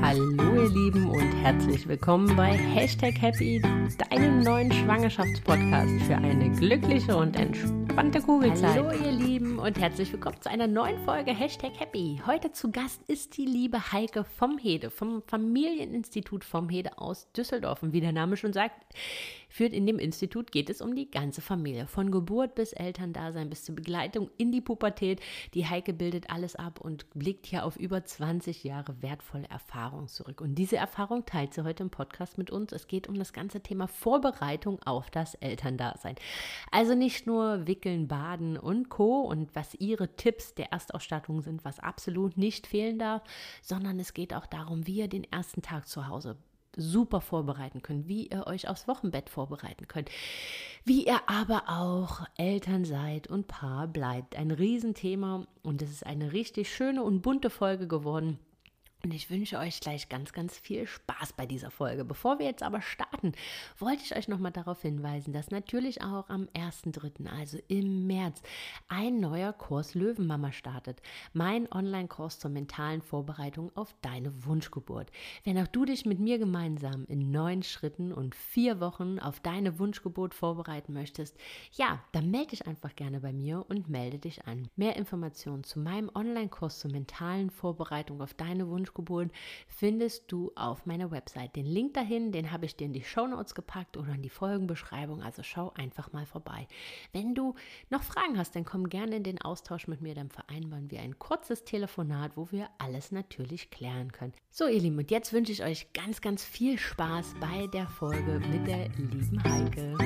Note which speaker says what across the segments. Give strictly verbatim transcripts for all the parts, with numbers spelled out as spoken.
Speaker 1: Hallo ihr Lieben und herzlich willkommen bei Hashtag Happy, deinem neuen Schwangerschaftspodcast für eine glückliche und entspannte Kugelzeit. Hallo ihr Lieben und herzlich willkommen zu einer neuen Folge Hashtag Happy. Heute zu Gast ist die liebe Heike vom Hede, vom Familieninstitut vom Hede aus Düsseldorf. Und wie der Name schon sagt, führt in dem Institut geht es um die ganze Familie, von Geburt bis Elterndasein bis zur Begleitung in die Pubertät. Die Heike bildet alles ab und blickt hier auf über zwanzig Jahre wertvolle Erfahrung zurück. Und diese Erfahrung teilt sie heute im Podcast mit uns. Es geht um das ganze Thema Vorbereitung auf das Elterndasein. Also nicht nur Wickeln, Baden und Co. und was ihre Tipps der Erstausstattung sind, was absolut nicht fehlen darf, sondern es geht auch darum, wie ihr den ersten Tag zu Hause super vorbereiten könnt, wie ihr euch aufs Wochenbett vorbereiten könnt, wie ihr aber auch Eltern seid und Paar bleibt. Ein Riesenthema und es ist eine richtig schöne und bunte Folge geworden. Und ich wünsche euch gleich ganz, ganz viel Spaß bei dieser Folge. Bevor wir jetzt aber starten, wollte ich euch nochmal darauf hinweisen, dass natürlich auch am ersten dritten, also im März, ein neuer Kurs Löwenmama startet. Mein Online-Kurs zur mentalen Vorbereitung auf deine Wunschgeburt. Wenn auch du dich mit mir gemeinsam in neun Schritten und vier Wochen auf deine Wunschgeburt vorbereiten möchtest, ja, dann melde dich einfach gerne bei mir und melde dich an. Mehr Informationen zu meinem Online-Kurs zur mentalen Vorbereitung auf deine Wunschgeburt Geburt findest du auf meiner Website. Den Link dahin, den habe ich dir in die Shownotes gepackt oder in die Folgenbeschreibung, also schau einfach mal vorbei. Wenn du noch Fragen hast, dann komm gerne in den Austausch mit mir, dann vereinbaren wir ein kurzes Telefonat, wo wir alles natürlich klären können. So ihr Lieben, und jetzt wünsche ich euch ganz, ganz viel Spaß bei der Folge mit der lieben Heike.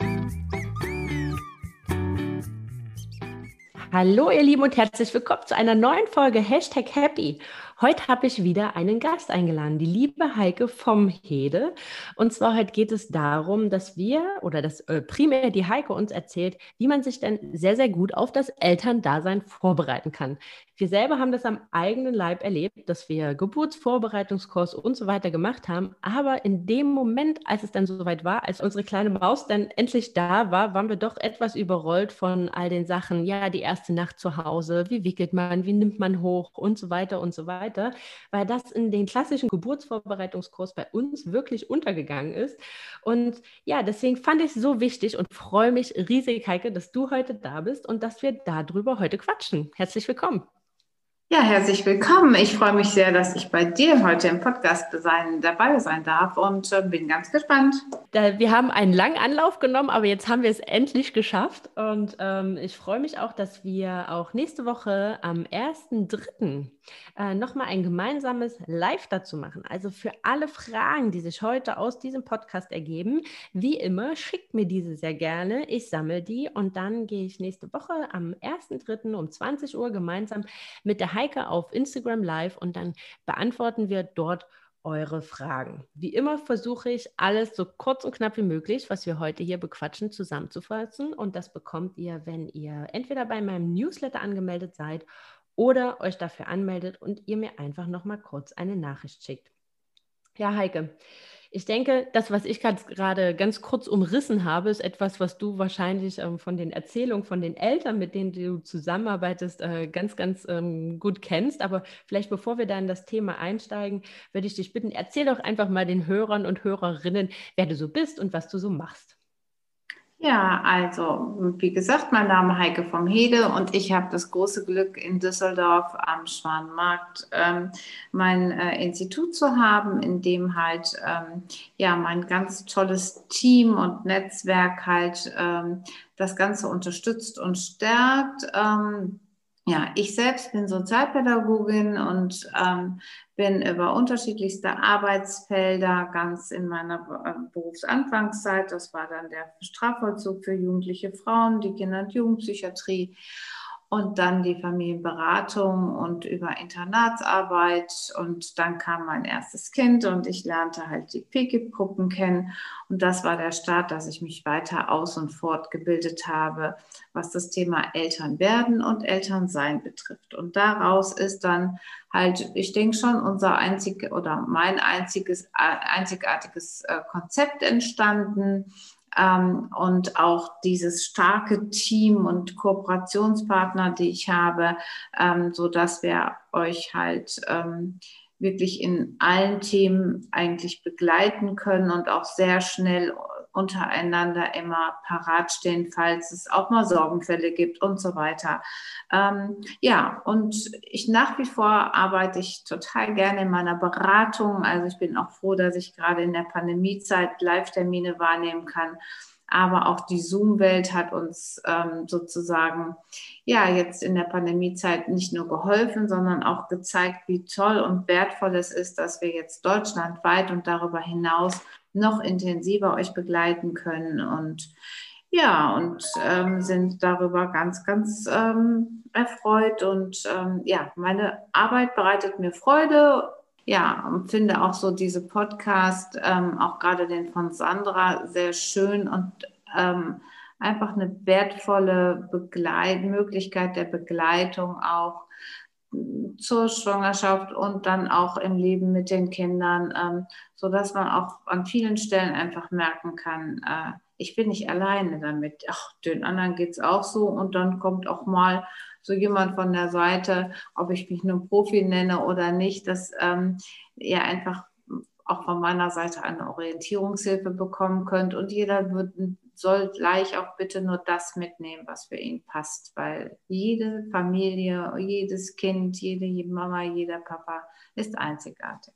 Speaker 1: Hallo ihr Lieben und herzlich willkommen zu einer neuen Folge Hashtag Happy. Heute habe ich wieder einen Gast eingeladen, die liebe Heike vom Hede. Und zwar heute geht es darum, dass wir oder dass äh, primär die Heike uns erzählt, wie man sich denn sehr, sehr gut auf das Elterndasein vorbereiten kann. Wir selber haben das am eigenen Leib erlebt, dass wir Geburtsvorbereitungskurs und so weiter gemacht haben. Aber in dem Moment, als es dann soweit war, als unsere kleine Maus dann endlich da war, waren wir doch etwas überrollt von all den Sachen. Ja, die erste Nacht zu Hause, wie wickelt man, wie nimmt man hoch und so weiter und so weiter. Weil das in den klassischen Geburtsvorbereitungskurs bei uns wirklich untergegangen ist. Und ja, deswegen fand ich es so wichtig und freue mich riesig, Heike, dass du heute da bist und dass wir darüber heute quatschen. Herzlich willkommen.
Speaker 2: Ja, herzlich willkommen. Ich freue mich sehr, dass ich bei dir heute im Podcast sein, dabei sein darf und äh, bin ganz gespannt.
Speaker 1: Wir haben einen langen Anlauf genommen, aber jetzt haben wir es endlich geschafft. Und ähm, ich freue mich auch, dass wir auch nächste Woche am ersten dritten äh, nochmal ein gemeinsames Live dazu machen. Also für alle Fragen, die sich heute aus diesem Podcast ergeben, wie immer, schickt mir diese sehr gerne. Ich sammle die und dann gehe ich nächste Woche am ersten dritten um zwanzig Uhr gemeinsam mit der Heike auf Instagram live und dann beantworten wir dort eure Fragen. Wie immer versuche ich, alles so kurz und knapp wie möglich, was wir heute hier bequatschen, zusammenzufassen. Und das bekommt ihr, wenn ihr entweder bei meinem Newsletter angemeldet seid oder euch dafür anmeldet und ihr mir einfach nochmal kurz eine Nachricht schickt. Ja, Heike, ich denke, das, was ich gerade ganz kurz umrissen habe, ist etwas, was du wahrscheinlich ähm, von den Erzählungen von den Eltern, mit denen du zusammenarbeitest, äh, ganz, ganz ähm, gut kennst. Aber vielleicht bevor wir da in das Thema einsteigen, würde ich dich bitten, erzähl doch einfach mal den Hörern und Hörerinnen, wer du so bist und was du so machst.
Speaker 2: Ja, also wie gesagt, mein Name ist Heike vom Hede und ich habe das große Glück, in Düsseldorf am Schwanenmarkt ähm, mein äh, Institut zu haben, in dem halt ähm, ja mein ganz tolles Team und Netzwerk halt ähm, das Ganze unterstützt und stärkt. Ähm, Ja, ich selbst bin Sozialpädagogin und ähm, bin über unterschiedlichste Arbeitsfelder ganz in meiner äh, Berufsanfangszeit, das war dann der Strafvollzug für jugendliche Frauen, die Kinder- und Jugendpsychiatrie und dann die Familienberatung und über Internatsarbeit und dann kam mein erstes Kind und ich lernte halt die P K I P-Gruppen kennen und das war der Start, dass ich mich weiter aus- und fortgebildet habe, was das Thema Elternwerden und Elternsein betrifft. Und daraus ist dann halt, ich denke schon, unser einzig oder mein einziges, einzigartiges Konzept entstanden. Ähm, und auch dieses starke Team und Kooperationspartner, die ich habe, ähm, so dass wir euch halt ähm, wirklich in allen Themen eigentlich begleiten können und auch sehr schnell untereinander immer parat stehen, falls es auch mal Sorgenfälle gibt und so weiter. Ähm, ja, und ich nach wie vor arbeite ich total gerne in meiner Beratung. Also ich bin auch froh, dass ich gerade in der Pandemiezeit Live-Termine wahrnehmen kann. Aber auch die Zoom-Welt hat uns ähm, sozusagen ja jetzt in der Pandemiezeit nicht nur geholfen, sondern auch gezeigt, wie toll und wertvoll es ist, dass wir jetzt deutschlandweit und darüber hinaus noch intensiver euch begleiten können. Und ja, und ähm, sind darüber ganz, ganz ähm, erfreut. Und ähm, ja, meine Arbeit bereitet mir Freude. Ja, und finde auch so diese Podcast, ähm, auch gerade den von Sandra, sehr schön und ähm, einfach eine wertvolle Begleit Möglichkeit der Begleitung auch zur Schwangerschaft und dann auch im Leben mit den Kindern, ähm, so dass man auch an vielen Stellen einfach merken kann, äh, ich bin nicht alleine damit. Ach, den anderen geht es auch so. Und dann kommt auch mal so jemand von der Seite, ob ich mich nur Profi nenne oder nicht, dass ähm, ihr einfach auch von meiner Seite eine Orientierungshilfe bekommen könnt. Und jeder wird, soll gleich auch bitte nur das mitnehmen, was für ihn passt. Weil jede Familie, jedes Kind, jede Mama, jeder Papa ist einzigartig.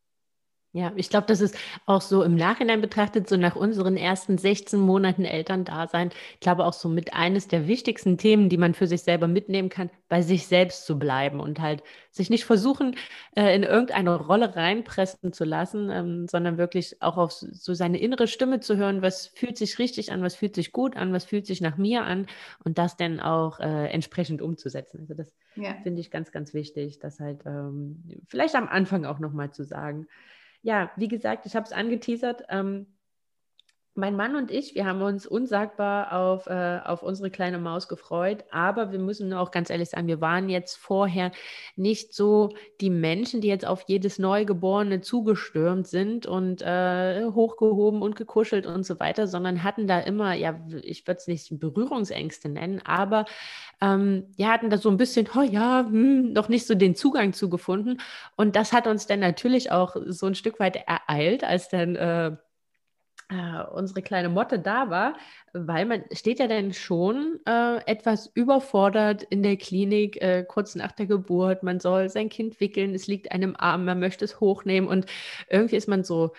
Speaker 1: Ja, ich glaube, das ist auch so im Nachhinein betrachtet, so nach unseren ersten sechzehn Monaten Elterndasein, ich glaube auch so mit eines der wichtigsten Themen, die man für sich selber mitnehmen kann, bei sich selbst zu bleiben und halt sich nicht versuchen, äh, in irgendeine Rolle reinpressen zu lassen, ähm, sondern wirklich auch auf so seine innere Stimme zu hören, was fühlt sich richtig an, was fühlt sich gut an, was fühlt sich nach mir an und das dann auch äh, entsprechend umzusetzen. Also das
Speaker 2: Ja.
Speaker 1: finde ich ganz, ganz wichtig, das halt ähm, vielleicht am Anfang auch nochmal zu sagen. Ja, wie gesagt, ich habe es angeteasert. Ähm, mein Mann und ich, wir haben uns unsagbar auf, äh, auf unsere kleine Maus gefreut, aber wir müssen auch ganz ehrlich sagen, wir waren jetzt vorher nicht so die Menschen, die jetzt auf jedes Neugeborene zugestürmt sind und äh, hochgehoben und gekuschelt und so weiter, sondern hatten da immer, ja, ich würde es nicht Berührungsängste nennen, aber ähm, ja, hatten da so ein bisschen, oh ja, hm, noch nicht so den Zugang zugefunden. Und das hat uns dann natürlich auch so ein Stück weit ereilt, als dann äh, äh, unsere kleine Motte da war, weil man steht ja dann schon äh, etwas überfordert in der Klinik, äh, kurz nach der Geburt. Man soll sein Kind wickeln, es liegt einem Arm, man möchte es hochnehmen und irgendwie ist man so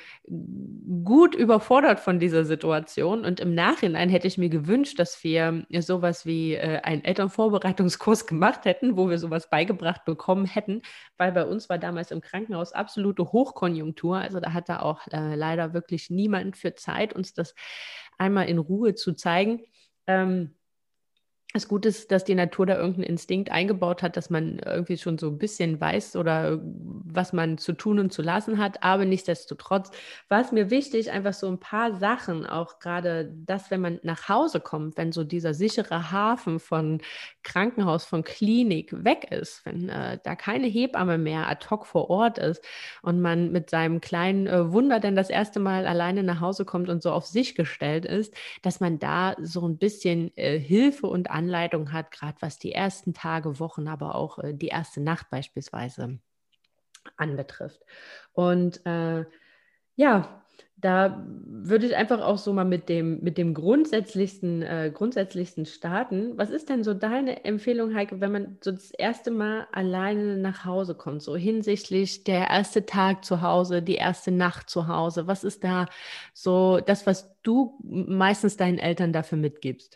Speaker 1: gut überfordert von dieser Situation. Und im Nachhinein hätte ich mir gewünscht, dass wir sowas wie äh, einen Elternvorbereitungskurs gemacht hätten, wo wir sowas beigebracht bekommen hätten, weil bei uns war damals im Krankenhaus absolute Hochkonjunktur. Also da hat da auch äh, leider wirklich niemand für Zeit, uns das einmal in Ruhe zu zeigen. Ähm, das Gute ist, dass die Natur da irgendeinen Instinkt eingebaut hat, dass man irgendwie schon so ein bisschen weiß oder was man zu tun und zu lassen hat. Aber nichtsdestotrotz war es mir wichtig, einfach so ein paar Sachen, auch gerade das, wenn man nach Hause kommt, wenn so dieser sichere Hafen von Krankenhaus, von Klinik weg ist, wenn äh, da keine Hebamme mehr ad hoc vor Ort ist und man mit seinem kleinen äh, Wunder dann das erste Mal alleine nach Hause kommt und so auf sich gestellt ist, dass man da so ein bisschen äh, Hilfe und Anleitung hat, gerade was die ersten Tage, Wochen, aber auch äh, die erste Nacht beispielsweise anbetrifft. Und äh, ja, da würde ich einfach auch so mal mit dem, mit dem grundsätzlichsten, äh, grundsätzlichsten starten. Was ist denn so deine Empfehlung, Heike, wenn man so das erste Mal alleine nach Hause kommt, so hinsichtlich der erste Tag zu Hause, die erste Nacht zu Hause? Was ist da so das, was du meistens deinen Eltern dafür mitgibst?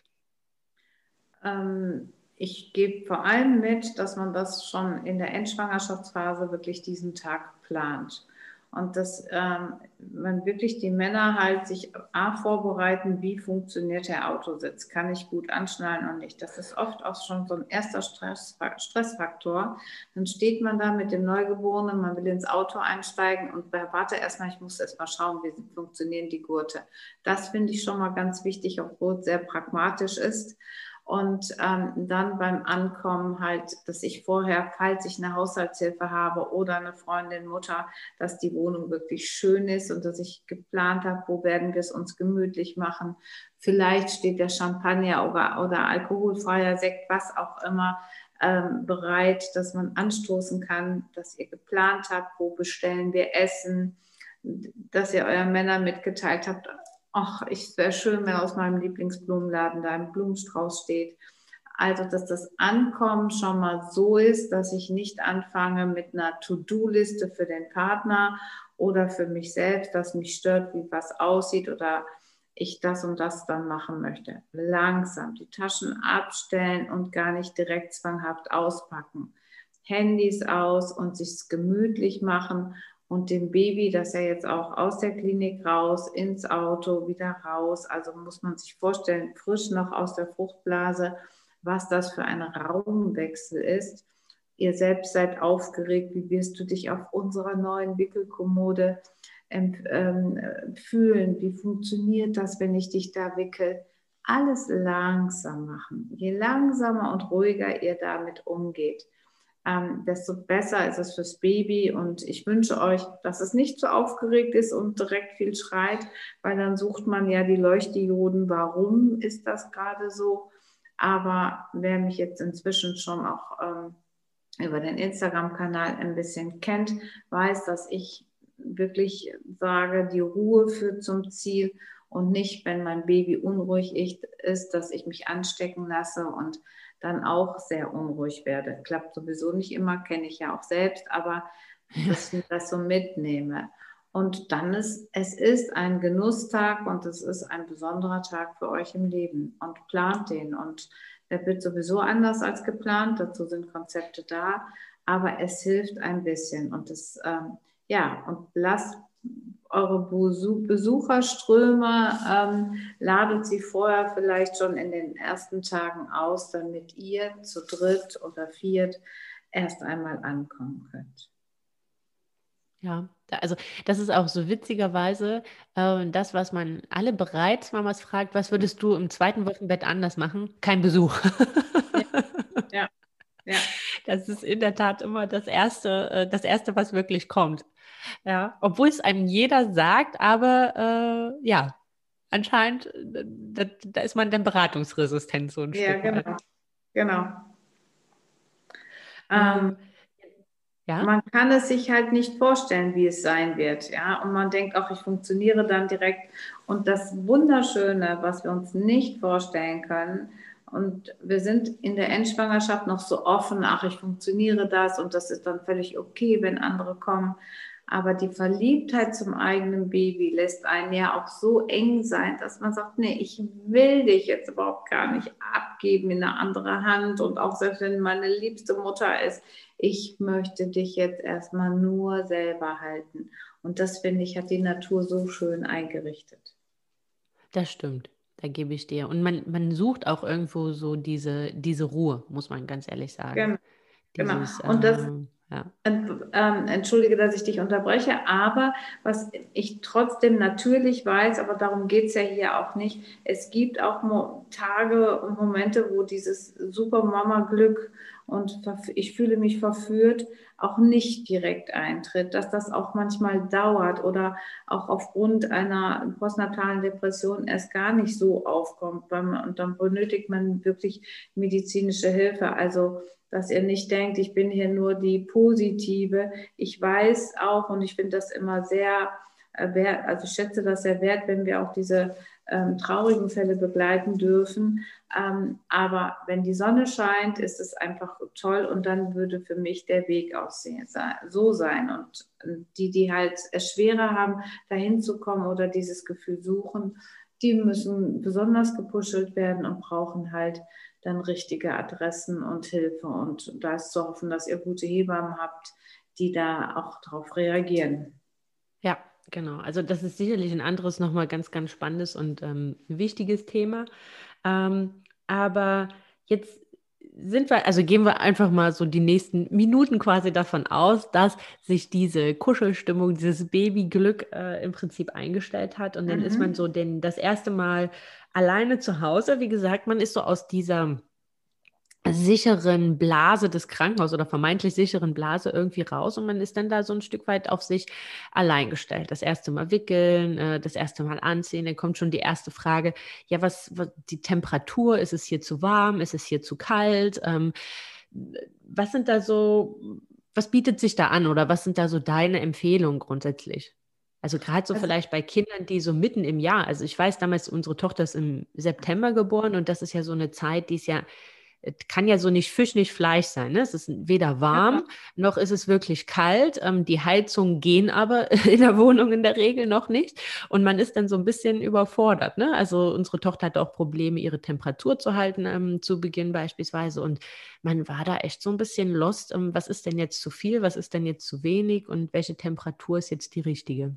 Speaker 2: Ähm, ich gebe vor allem mit, dass man das schon in der Endschwangerschaftsphase wirklich diesen Tag plant. Und dass ähm, man wirklich die Männer halt sich A, vorbereiten, wie funktioniert der Autositz, kann ich gut anschnallen und nicht. Das ist oft auch schon so ein erster Stress, Stressfaktor. Dann steht man da mit dem Neugeborenen, man will ins Auto einsteigen und warte erstmal, ich muss erstmal schauen, wie funktionieren die Gurte. Das finde ich schon mal ganz wichtig, obwohl es sehr pragmatisch ist. Und ähm, dann beim Ankommen halt, dass ich vorher, falls ich eine Haushaltshilfe habe oder eine Freundin, Mutter, dass die Wohnung wirklich schön ist und dass ich geplant habe, wo werden wir es uns gemütlich machen. Vielleicht steht der Champagner oder, oder alkoholfreier Sekt, was auch immer, ähm, bereit, dass man anstoßen kann, dass ihr geplant habt, wo bestellen wir Essen, dass ihr euren Männern mitgeteilt habt, ach, es wäre schön, wenn aus meinem Lieblingsblumenladen da ein Blumenstrauß steht. Also, dass das Ankommen schon mal so ist, dass ich nicht anfange mit einer To-Do-Liste für den Partner oder für mich selbst, dass mich stört, wie was aussieht oder ich das und das dann machen möchte. Langsam die Taschen abstellen und gar nicht direkt zwanghaft auspacken. Handys aus und sich's gemütlich machen und dem Baby, das ja jetzt auch aus der Klinik raus, ins Auto, wieder raus. Also muss man sich vorstellen, frisch noch aus der Fruchtblase, was das für ein Raumwechsel ist. Ihr selbst seid aufgeregt, wie wirst du dich auf unserer neuen Wickelkommode ähm, fühlen? Wie funktioniert das, wenn ich dich da wickel? Alles langsam machen. Je langsamer und ruhiger ihr damit umgeht, Ähm, desto besser ist es fürs Baby. Und ich wünsche euch, dass es nicht so aufgeregt ist und direkt viel schreit, weil dann sucht man ja die Leuchtdioden, warum ist das gerade so. Aber wer mich jetzt inzwischen schon auch ähm, über den Instagram-Kanal ein bisschen kennt, weiß, dass ich wirklich sage, die Ruhe führt zum Ziel und nicht, wenn mein Baby unruhig ist, dass ich mich anstecken lasse und dann auch sehr unruhig werde. Klappt sowieso nicht immer, kenne ich ja auch selbst, aber dass ich das so mitnehme. Und dann ist, es ist ein Genusstag und es ist ein besonderer Tag für euch im Leben und plant den. Und der wird sowieso anders als geplant, dazu sind Konzepte da, aber es hilft ein bisschen. Und das, ähm, ja, und lasst eure Besucherströme, ähm, ladet sie vorher vielleicht schon in den ersten Tagen aus, damit ihr zu dritt oder viert erst einmal ankommen könnt.
Speaker 1: Ja, also das ist auch so witzigerweise äh, das, was man alle Bereitsmamas fragt, was würdest du im zweiten Wochenbett anders machen? Kein Besuch.
Speaker 2: Ja, ja, ja.
Speaker 1: Das ist in der Tat immer das Erste, äh, das Erste, was wirklich kommt. Ja, obwohl es einem jeder sagt, aber äh, ja, anscheinend, äh, da, da ist man dann beratungsresistent so ein
Speaker 2: Ja,
Speaker 1: Stück
Speaker 2: genau,
Speaker 1: weit.
Speaker 2: genau. Ähm,
Speaker 1: Ähm, ja,
Speaker 2: Man kann es sich halt nicht vorstellen, wie es sein wird, ja. Und man denkt auch, ich funktioniere dann direkt. Und das Wunderschöne, was wir uns nicht vorstellen können, und wir sind in der Endschwangerschaft noch so offen, ach, ich funktioniere das und das ist dann völlig okay, wenn andere kommen. Aber die Verliebtheit zum eigenen Baby lässt einen ja auch so eng sein, dass man sagt, nee, ich will dich jetzt überhaupt gar nicht abgeben in eine andere Hand. Und auch selbst wenn meine liebste Mutter ist, ich möchte dich jetzt erstmal nur selber halten. Und das, finde ich, hat die Natur so schön eingerichtet.
Speaker 1: das stimmt. Da gebe ich dir. Und man, man sucht auch irgendwo so diese, diese Ruhe, muss man ganz ehrlich sagen.
Speaker 2: Genau, genau.
Speaker 1: Dieses,
Speaker 2: Und das,
Speaker 1: ähm, ja.
Speaker 2: Ähm, entschuldige, dass ich dich unterbreche, aber was ich trotzdem natürlich weiß, aber darum geht es ja hier auch nicht, es gibt auch Mo- Tage und Momente, wo dieses super Mama-Glück und ich fühle mich verführt, auch nicht direkt eintritt, dass das auch manchmal dauert oder auch aufgrund einer postnatalen Depression erst gar nicht so aufkommt und dann benötigt man wirklich medizinische Hilfe. Also dass ihr nicht denkt, ich bin hier nur die Positive. Ich weiß auch und ich finde das immer sehr äh, wert, also ich schätze das sehr wert, wenn wir auch diese ähm, traurigen Fälle begleiten dürfen. Ähm, aber wenn die Sonne scheint, ist es einfach toll und dann würde für mich der Weg aussehen, so sein. Und die, die halt es schwerer haben, dahin zu kommen oder dieses Gefühl suchen, die müssen besonders gepuschelt werden und brauchen halt dann richtige Adressen und Hilfe. Und da ist zu hoffen, dass ihr gute Hebammen habt, die da auch darauf reagieren.
Speaker 1: Ja, genau. Also das ist sicherlich ein anderes, nochmal ganz, ganz spannendes und ähm, wichtiges Thema. Ähm, aber jetzt sind wir, also gehen wir einfach mal so die nächsten Minuten quasi davon aus, dass sich diese Kuschelstimmung, dieses Babyglück äh, im Prinzip eingestellt hat. Und dann ist man
Speaker 2: Mhm.
Speaker 1: so den, das erste Mal alleine zu Hause, wie gesagt, man ist so aus dieser sicheren Blase des Krankenhauses oder vermeintlich sicheren Blase irgendwie raus und man ist dann da so ein Stück weit auf sich allein gestellt. Das erste Mal wickeln, äh, das erste Mal anziehen, dann kommt schon die erste Frage, ja, was, was die Temperatur, ist es hier zu warm, ist es hier zu kalt? Ähm, was sind da so, was bietet sich da an oder was sind da so deine Empfehlungen grundsätzlich? Also gerade so
Speaker 2: Also,
Speaker 1: vielleicht bei Kindern, die so mitten im Jahr, also ich weiß damals, unsere Tochter ist im September geboren und das ist ja so eine Zeit, die ist ja es kann ja so nicht Fisch, nicht Fleisch sein. Ne? Es ist weder
Speaker 2: genau.
Speaker 1: warm, noch ist es wirklich kalt. Ähm, die Heizungen gehen aber in der Wohnung in der Regel noch nicht. Und man ist dann so ein bisschen überfordert. Ne? Also unsere Tochter hatte auch Probleme, ihre Temperatur zu halten ähm, zu Beginn beispielsweise. Und man war da echt so ein bisschen lost. Ähm, was ist denn jetzt zu viel? Was ist denn jetzt zu wenig? Und welche Temperatur ist jetzt die richtige?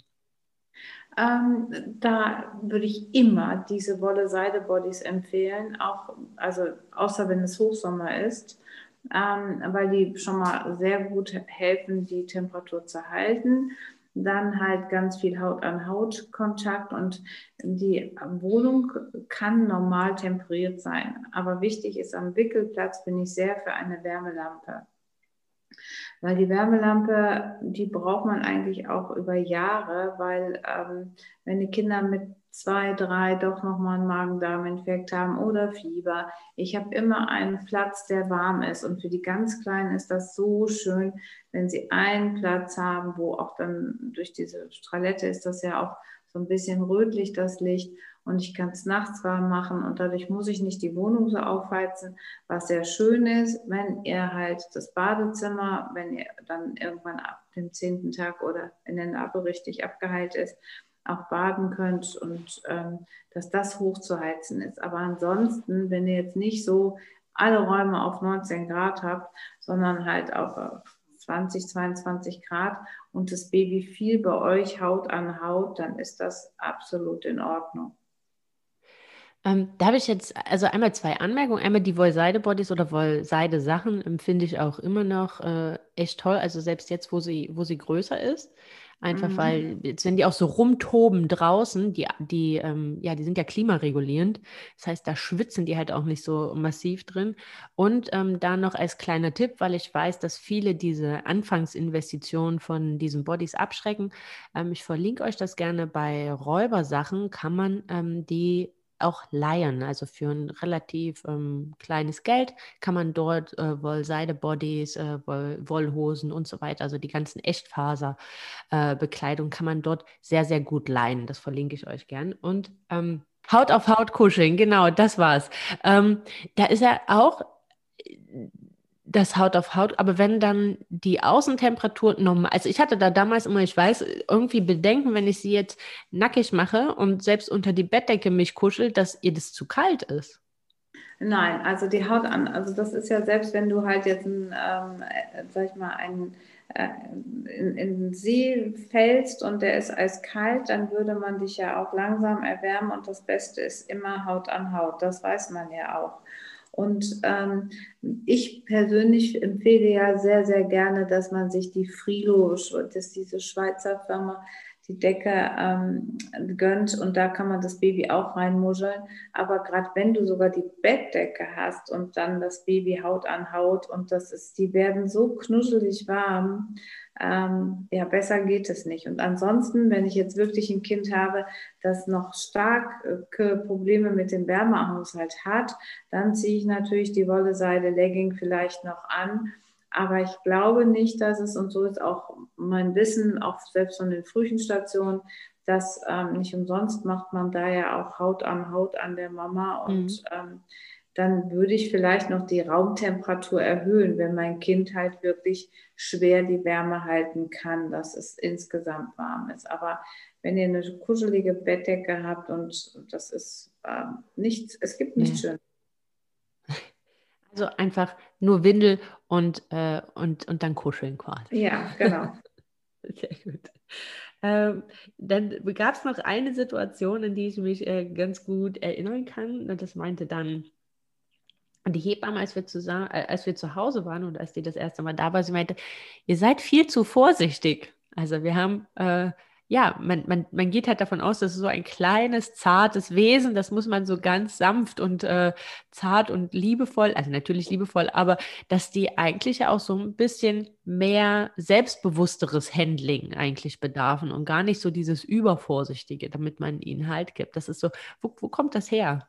Speaker 2: Ähm, da würde ich immer diese Wolle-Seide-Bodies empfehlen, auch, also außer wenn es Hochsommer ist, ähm, weil die schon mal sehr gut helfen, die Temperatur zu halten. Dann halt ganz viel Haut-an-Haut-Kontakt und die Wohnung kann normal temperiert sein. Aber wichtig ist, am Wickelplatz bin ich sehr für eine Wärmelampe. Weil die Wärmelampe, die braucht man eigentlich auch über Jahre, weil ähm, wenn die Kinder mit zwei, drei doch nochmal einen Magen-Darm-Infekt haben oder Fieber, ich habe immer einen Platz, der warm ist. Und für die ganz Kleinen ist das so schön, wenn sie einen Platz haben, wo auch dann durch diese Strahlette ist das ja auch so ein bisschen rötlich, das Licht. Und ich kann es nachts warm machen und dadurch muss ich nicht die Wohnung so aufheizen, was sehr schön ist, wenn ihr halt das Badezimmer, wenn ihr dann irgendwann ab dem zehnten Tag oder wenn der Nabel richtig abgeheilt ist, auch baden könnt und ähm, dass das hochzuheizen ist. Aber ansonsten, wenn ihr jetzt nicht so alle Räume auf neunzehn Grad habt, sondern halt auf zwanzig, zweiundzwanzig Grad und das Baby viel bei euch Haut an Haut, dann ist das absolut in Ordnung.
Speaker 1: Ähm, da habe ich jetzt also einmal zwei Anmerkungen. Einmal die Wollseide-Bodies oder Wollseide-Sachen empfinde ich auch immer noch äh, echt toll. Also selbst jetzt, wo sie, wo sie größer ist. Einfach
Speaker 2: Mhm.
Speaker 1: weil, jetzt wenn die auch so rumtoben draußen, die, die, ähm, ja, die sind ja klimaregulierend. Das heißt, da schwitzen die halt auch nicht so massiv drin. Und ähm, da noch als kleiner Tipp, weil ich weiß, dass viele diese Anfangsinvestitionen von diesen Bodies abschrecken. Ähm, ich verlinke euch das gerne bei Räubersachen, kann man ähm, die auch leihen, also für ein relativ ähm, kleines Geld kann man dort äh, Wollseide-Bodies, äh, Woll Wollhosen und so weiter, also die ganzen Echtfaser-Bekleidung äh, kann man dort sehr, sehr gut leihen. Das verlinke ich euch gern. Und ähm, Haut auf Haut kuscheln, genau, das war's. Ähm, da ist ja auch das Haut auf Haut, aber wenn dann die Außentemperatur normal, also ich hatte da damals immer, ich weiß, irgendwie Bedenken, wenn ich sie jetzt nackig mache und selbst unter die Bettdecke mich kuschelt, dass ihr das zu kalt ist.
Speaker 2: Nein, also die Haut an, also das ist ja selbst, wenn du halt jetzt ein, ähm, äh, sag ich mal, ein, äh, in, in den See fällst und der ist eiskalt, dann würde man dich ja auch langsam erwärmen und das Beste ist immer Haut an Haut, das weiß man ja auch. Und ähm, ich persönlich empfehle ja sehr, sehr gerne, dass man sich die Frilo, das ist diese Schweizer Firma, die Decke ähm, gönnt und da kann man das Baby auch reinmuscheln. Aber gerade wenn du sogar die Bettdecke hast und dann das Baby Haut an Haut und das ist, die werden so knuschelig warm, ähm, ja, besser geht es nicht. Und ansonsten, wenn ich jetzt wirklich ein Kind habe, das noch starke Probleme mit dem Wärmehaushalt hat, dann ziehe ich natürlich die Wolle-Seide-Legging vielleicht noch an. Aber ich glaube nicht, dass es, und so ist auch mein Wissen, auch selbst von den Frühchenstationen, dass ähm, nicht umsonst macht man da ja auch Haut an Haut an der Mama
Speaker 1: Mhm.
Speaker 2: und ähm, dann würde ich vielleicht noch die Raumtemperatur erhöhen, wenn mein Kind halt wirklich schwer die Wärme halten kann, dass es insgesamt warm ist. Aber wenn ihr eine kuschelige Bettdecke habt und das ist ähm, nichts, es gibt nichts
Speaker 1: Nee.
Speaker 2: Schönes.
Speaker 1: Also einfach nur Windel und, äh, und, und dann kuscheln quasi.
Speaker 2: Ja, genau.
Speaker 1: Sehr gut. Ähm, dann gab es noch eine Situation, an die ich mich äh, ganz gut erinnern kann. Und das meinte dann die Hebamme, als wir, zusammen, äh, als wir zu Hause waren und als die das erste Mal da war, sie meinte, ihr seid viel zu vorsichtig. Also wir haben äh, ja, man, man, man geht halt davon aus, dass es so ein kleines, zartes Wesen, das muss man so ganz sanft und äh, zart und liebevoll, also natürlich liebevoll, aber dass die eigentlich ja auch so ein bisschen mehr selbstbewussteres Handling eigentlich bedarfen und gar nicht so dieses Übervorsichtige, damit man ihnen Halt gibt. Das ist so, wo, wo kommt das her?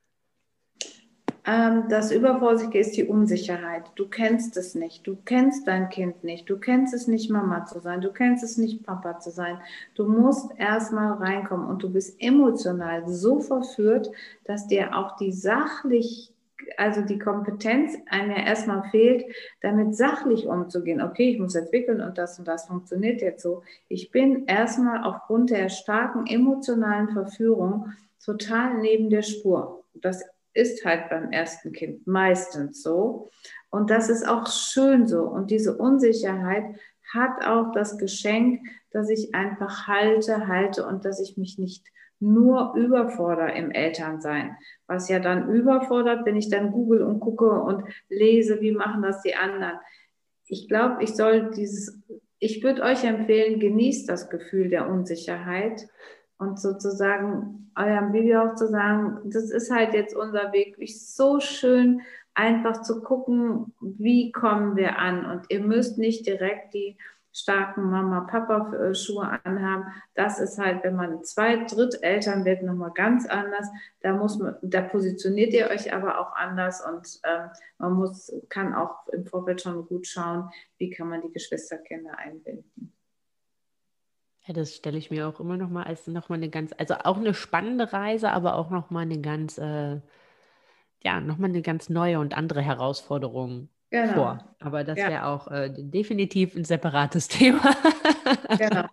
Speaker 2: Ähm, das Übervorsichtige ist die Unsicherheit. Du kennst es nicht. Du kennst dein Kind nicht. Du kennst es nicht, Mama zu sein. Du kennst es nicht, Papa zu sein. Du musst erstmal reinkommen und du bist emotional so verführt, dass dir auch die sachlich, also die Kompetenz einem ja erstmal fehlt, damit sachlich umzugehen. Okay, ich muss jetzt wickeln und das und das funktioniert jetzt so. Ich bin erstmal aufgrund der starken emotionalen Verführung total neben der Spur. Das ist halt beim ersten Kind meistens so. Und das ist auch schön so. Und diese Unsicherheit hat auch das Geschenk, dass ich einfach halte, halte und dass ich mich nicht nur überfordere im Elternsein. Was ja dann überfordert, wenn ich dann google und gucke und lese, wie machen das die anderen. Ich glaube, ich soll dieses, ich würde euch empfehlen, genießt das Gefühl der Unsicherheit und sozusagen eurem Baby auch zu sagen, das ist halt jetzt unser Weg. Ist so schön, einfach zu gucken, wie kommen wir an. Und ihr müsst nicht direkt die starken Mama-Papa-Schuhe anhaben. Das ist halt, wenn man Zweit-, Dritteltern wird, nochmal ganz anders. Da muss man, da positioniert ihr euch aber auch anders und ähm, man muss, kann auch im Vorfeld schon gut schauen, wie kann man die Geschwisterkinder einbinden.
Speaker 1: Ja, das stelle ich mir auch immer noch mal als noch mal eine ganz, also auch eine spannende Reise, aber auch noch mal eine ganz, äh, ja, noch mal eine ganz neue und andere Herausforderung
Speaker 2: Genau,
Speaker 1: vor. Aber das
Speaker 2: ja,
Speaker 1: wäre auch äh, definitiv ein separates Thema.
Speaker 2: genau.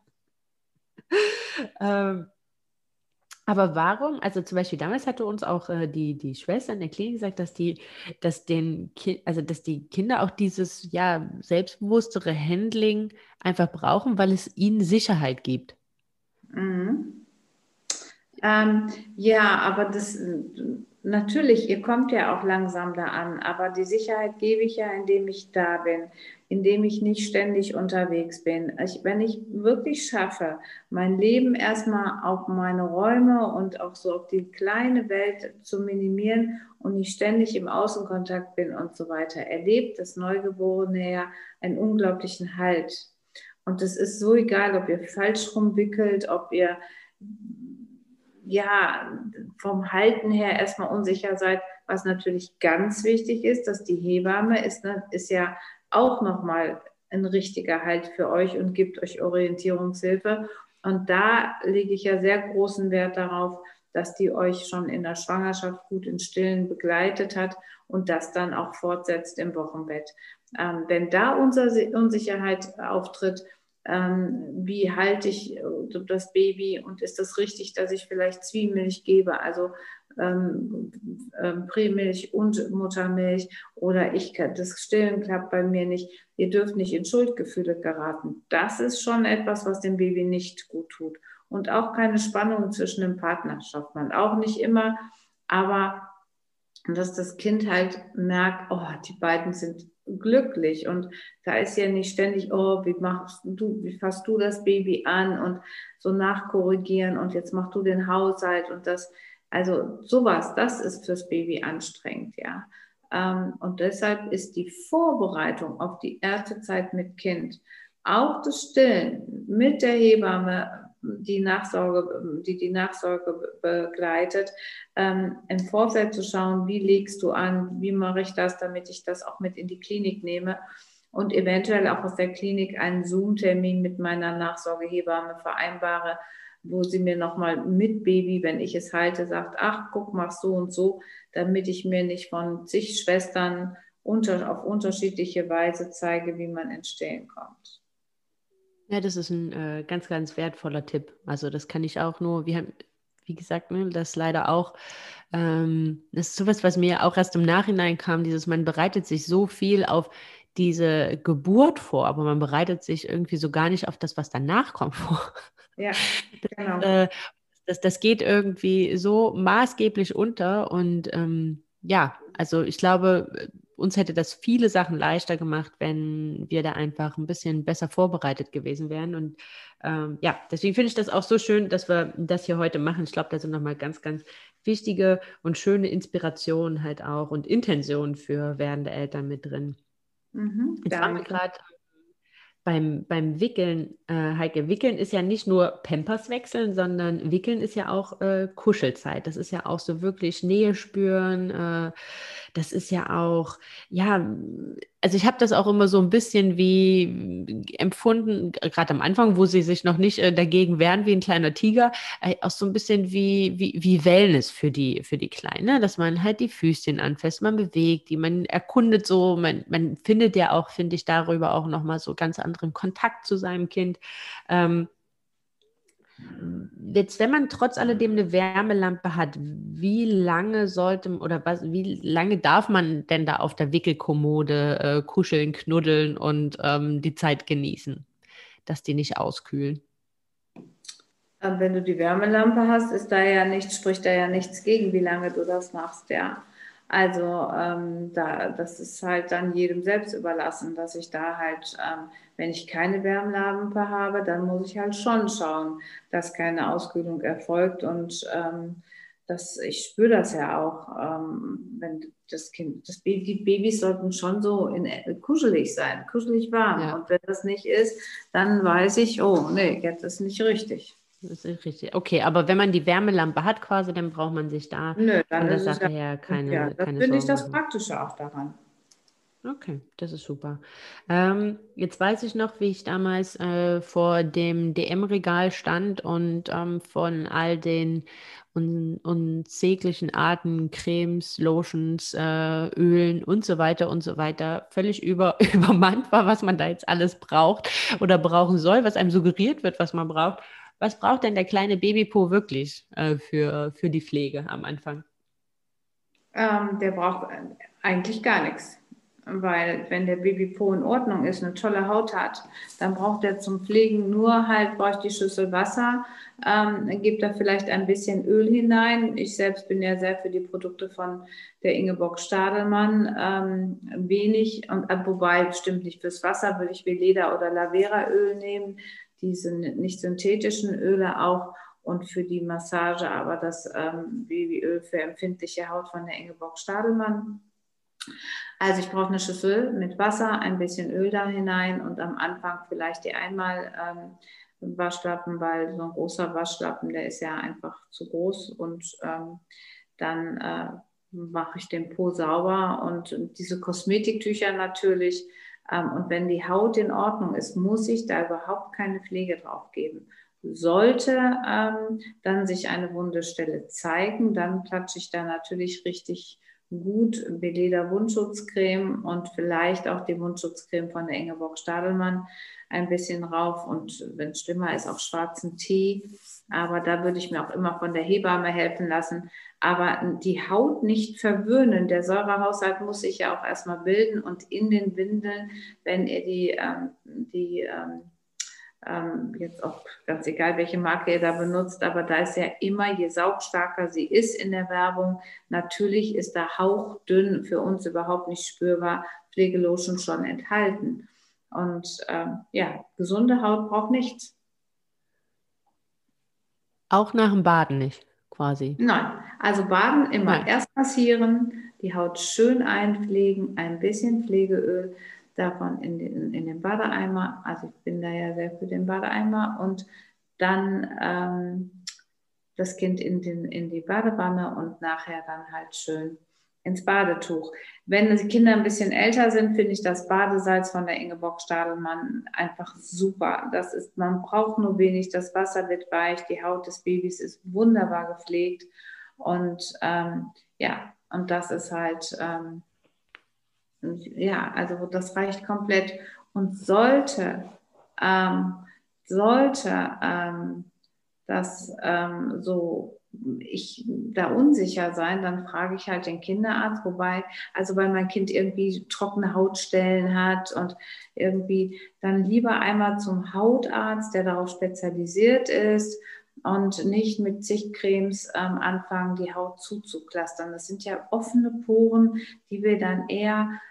Speaker 1: ähm, aber warum, also zum Beispiel damals hatte uns auch äh, die, die Schwester in der Klinik gesagt, dass die, dass den Ki also dass die Kinder auch dieses ja selbstbewusstere Handling einfach brauchen, weil es ihnen Sicherheit gibt.
Speaker 2: Mhm. Ähm, ja, aber das natürlich, ihr kommt ja auch langsam da an, aber die Sicherheit gebe ich ja, indem ich da bin, indem ich nicht ständig unterwegs bin. Ich, wenn ich wirklich schaffe, mein Leben erstmal auf meine Räume und auch so auf die kleine Welt zu minimieren und nicht ständig im Außenkontakt bin und so weiter, erlebt das Neugeborene ja einen unglaublichen Halt. Und es ist so egal, ob ihr falsch rumwickelt, ob ihr ja, vom Halten her erstmal unsicher seid, was natürlich ganz wichtig ist, dass die Hebamme ist, ne, ist ja auch nochmal ein richtiger Halt für euch und gibt euch Orientierungshilfe. Und da lege ich ja sehr großen Wert darauf, dass die euch schon in der Schwangerschaft gut in Stillen begleitet hat und das dann auch fortsetzt im Wochenbett. Ähm, wenn da Unsicherheit auftritt, ähm, wie halte ich äh, das Baby und ist das richtig, dass ich vielleicht Zwiemilch gebe, also ähm, ähm, Prämilch und Muttermilch oder ich das Stillen klappt bei mir nicht. Ihr dürft nicht in Schuldgefühle geraten. Das ist schon etwas, was dem Baby nicht gut tut. Und auch keine Spannung zwischen den Partnern schafft man auch nicht immer, aber dass das Kind halt merkt, oh, die beiden sind glücklich und da ist ja nicht ständig, oh, wie machst du, wie fasst du das Baby an und so nachkorrigieren und jetzt machst du den Haushalt und das, also sowas, das ist fürs Baby anstrengend, ja. Ähm, und deshalb ist die Vorbereitung auf die erste Zeit mit Kind, auch das Stillen mit der Hebamme, die Nachsorge, die die Nachsorge begleitet, ähm, im Vorfeld zu schauen, wie legst du an, wie mache ich das, damit ich das auch mit in die Klinik nehme und eventuell auch aus der Klinik einen Zoom-Termin mit meiner Nachsorgehebamme vereinbare, wo sie mir nochmal mit Baby, wenn ich es halte, sagt, ach, guck, mach so und so, damit ich mir nicht von zig Schwestern unter, auf unterschiedliche Weise zeige, wie man ins Stillen kommt.
Speaker 1: Ja, das ist ein äh, ganz, ganz wertvoller Tipp. Also das kann ich auch nur, wir haben, wie gesagt, ne, das leider auch, ähm, das ist sowas, was mir auch erst im Nachhinein kam, dieses, man bereitet sich so viel auf diese Geburt vor, aber man bereitet sich irgendwie so gar nicht auf das, was danach kommt, vor.
Speaker 2: Ja, genau.
Speaker 1: Das, äh, das, das geht irgendwie so maßgeblich unter und ähm, ja, also ich glaube, uns hätte das viele Sachen leichter gemacht, wenn wir da einfach ein bisschen besser vorbereitet gewesen wären. Und ähm, ja, deswegen finde ich das auch so schön, dass wir das hier heute machen. Ich glaube, da sind nochmal ganz, ganz wichtige und schöne Inspirationen halt auch und Intentionen für werdende Eltern mit drin.
Speaker 2: Mhm,
Speaker 1: Jetzt waren wir
Speaker 2: danke.
Speaker 1: gerade beim, beim Wickeln, äh, Heike, Wickeln ist ja nicht nur Pampers wechseln, sondern Wickeln ist ja auch äh, Kuschelzeit. Das ist ja auch so wirklich Nähe spüren. Äh, das ist ja auch, ja, also ich habe das auch immer so ein bisschen wie empfunden, gerade am Anfang, wo sie sich noch nicht äh, dagegen wehren wie ein kleiner Tiger, äh, auch so ein bisschen wie, wie, wie Wellness für die, für die Kleine, dass man halt die Füßchen anfasst, man bewegt die, man erkundet so, man, man findet ja auch, finde ich, darüber auch nochmal so ganz anderen Kontakt zu seinem Kind. Ähm, Jetzt, wenn man trotz alledem eine Wärmelampe hat, wie lange sollte oder was, wie lange darf man denn da auf der Wickelkommode äh, kuscheln, knuddeln und ähm, die Zeit genießen, dass die nicht auskühlen?
Speaker 2: Ähm, Wenn du die Wärmelampe hast, ist da ja nichts, spricht da ja nichts gegen, wie lange du das machst, ja. Also ähm, da, das ist halt dann jedem selbst überlassen, dass ich da halt, ähm, wenn ich keine Wärmelampe habe, dann muss ich halt schon schauen, dass keine Auskühlung erfolgt und ähm, das, ich spüre das ja auch, ähm, wenn das Kind, das Baby, die Babys sollten schon so in, kuschelig sein, kuschelig warm.
Speaker 1: Ja,
Speaker 2: Und wenn das nicht ist, dann weiß ich, oh nee, jetzt ist nicht richtig.
Speaker 1: das ist richtig. Okay, aber wenn man die Wärmelampe hat quasi, dann braucht man sich da
Speaker 2: Nö, dann
Speaker 1: von der
Speaker 2: ist es
Speaker 1: Sache
Speaker 2: ja,
Speaker 1: her
Speaker 2: ja,
Speaker 1: keine,
Speaker 2: das
Speaker 1: keine
Speaker 2: finde ich
Speaker 1: Sorgen
Speaker 2: das
Speaker 1: machen.
Speaker 2: Praktische auch daran.
Speaker 1: Okay, das ist super. Ähm, jetzt weiß ich noch, wie ich damals äh, vor dem D M-Regal stand und ähm, von all den un unsäglichen Arten Cremes, Lotions, äh, Ölen und so weiter und so weiter völlig über übermannt war, was man da jetzt alles braucht oder brauchen soll, was einem suggeriert wird, was man braucht. Was braucht denn der kleine Babypo wirklich äh, für, für die Pflege am Anfang?
Speaker 2: Ähm, der braucht eigentlich gar nichts. Weil wenn der Babypo in Ordnung ist, eine tolle Haut hat, dann braucht er zum Pflegen nur halt, braucht die Schüssel Wasser, ähm, gibt da vielleicht ein bisschen Öl hinein. Ich selbst bin ja sehr für die Produkte von der Ingeborg Stadelmann. Ähm, wenig, und, äh, wobei stimmt nicht fürs Wasser, würde ich Veleda oder Lavera Öl nehmen. Diese nicht synthetischen Öle auch. Und für die Massage aber das ähm, Babyöl für empfindliche Haut von der Ingeborg Stadelmann. Also ich brauche eine Schüssel mit Wasser, ein bisschen Öl da hinein und am Anfang vielleicht die einmal ähm, Waschlappen, weil so ein großer Waschlappen, der ist ja einfach zu groß und ähm, dann äh, mache ich den Po sauber und diese Kosmetiktücher natürlich. Ähm, und wenn die Haut in Ordnung ist, muss ich da überhaupt keine Pflege drauf geben. Sollte ähm, dann sich eine wunde Stelle zeigen, dann klatsche ich da natürlich richtig gut Beleda Wundschutzcreme und vielleicht auch die Wundschutzcreme von der Ingeborg Stadelmann ein bisschen rauf und wenn es schlimmer ist, auch schwarzen Tee. Aber da würde ich mir auch immer von der Hebamme helfen lassen. Aber die Haut nicht verwöhnen. Der Säurehaushalt muss sich ja auch erstmal bilden und in den Windeln, wenn ihr die, ähm, die ähm, ähm, jetzt auch ganz egal, welche Marke ihr da benutzt, aber da ist ja immer, je saugstarker sie ist in der Werbung, natürlich ist da hauchdünn, für uns überhaupt nicht spürbar, Pflegelotion schon enthalten. Und ähm, ja, gesunde Haut braucht nichts.
Speaker 1: Auch nach dem Baden nicht, quasi.
Speaker 2: Nein, also baden immer
Speaker 1: Nein.
Speaker 2: erst massieren, die Haut schön einpflegen, ein bisschen Pflegeöl davon in den, in den Badeeimer. Also ich bin da ja sehr für den Badeeimer und dann ähm, das Kind in, den, in die Badewanne und nachher dann halt schön ins Badetuch. Wenn die Kinder ein bisschen älter sind, finde ich das Badesalz von der Ingeborg Stadelmann einfach super. Das ist, man braucht nur wenig, das Wasser wird weich, die Haut des Babys ist wunderbar gepflegt und ähm, ja, und das ist halt, ähm, ja, also das reicht komplett und sollte, ähm, sollte ähm, dass ähm, so ich da unsicher sein, dann frage ich halt den Kinderarzt, wobei, also weil mein Kind irgendwie trockene Hautstellen hat und irgendwie dann lieber einmal zum Hautarzt, der darauf spezialisiert ist und nicht mit zig Cremes ähm, anfangen, die Haut zuzuklastern. Das sind ja offene Poren, die wir dann eher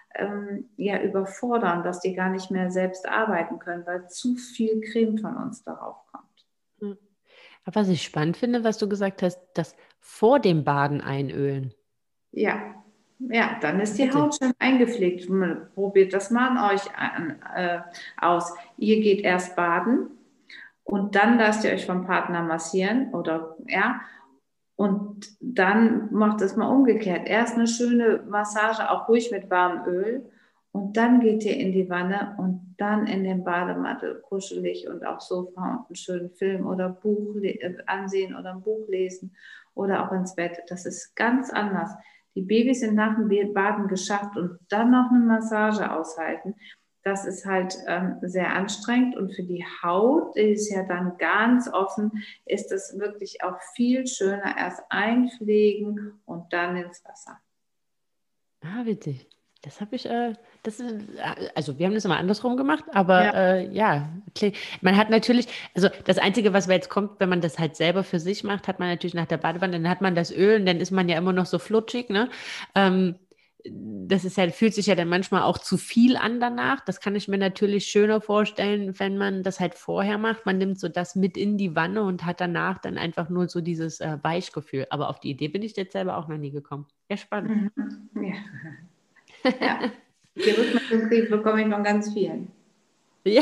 Speaker 2: ähm, ja, überfordern, dass die gar nicht mehr selbst arbeiten können, weil zu viel Creme von uns darauf kommt.
Speaker 1: Ja. Aber was ich spannend finde, was du gesagt hast, das vor dem Baden einölen.
Speaker 2: Ja, ja, dann ist die
Speaker 1: Bitte.
Speaker 2: Haut schon eingepflegt. Probiert das mal an euch an, äh, aus. Ihr geht erst baden und dann lasst ihr euch vom Partner massieren oder ja. Und dann macht es mal umgekehrt. Erst eine schöne Massage, auch ruhig mit warmem Öl. Und dann geht ihr in die Wanne und dann in den Bademantel kuschelig und aufs Sofa und einen schönen Film oder Buch ansehen oder ein Buch lesen oder auch ins Bett. Das ist ganz anders. Die Babys sind nach dem Baden geschafft und dann noch eine Massage aushalten. Das ist halt ähm, sehr anstrengend und für die Haut, die ist ja dann ganz offen, ist es wirklich auch viel schöner, erst einpflegen und dann ins Wasser.
Speaker 1: Ah, witzig. Das habe ich, äh, das ist, äh, also wir haben das immer andersrum gemacht, aber
Speaker 2: Ja.
Speaker 1: äh, ja, klar. Man hat natürlich, also das Einzige, was mir jetzt kommt, wenn man das halt selber für sich macht, hat man natürlich nach der Badewanne, dann hat man das Öl und dann ist man ja immer noch so flutschig, ne? Ähm, das ist ja, fühlt sich ja dann manchmal auch zu viel an danach. Das kann ich mir natürlich schöner vorstellen, wenn man das halt vorher macht. Man nimmt so das mit in die Wanne und hat danach dann einfach nur so dieses äh, Weichgefühl. Aber auf die Idee bin ich jetzt selber auch noch nie gekommen. Ja, spannend.
Speaker 2: Mhm. Ja. Ja. Die Rückmeldung bekomme ich von ganz vielen.
Speaker 1: Ja,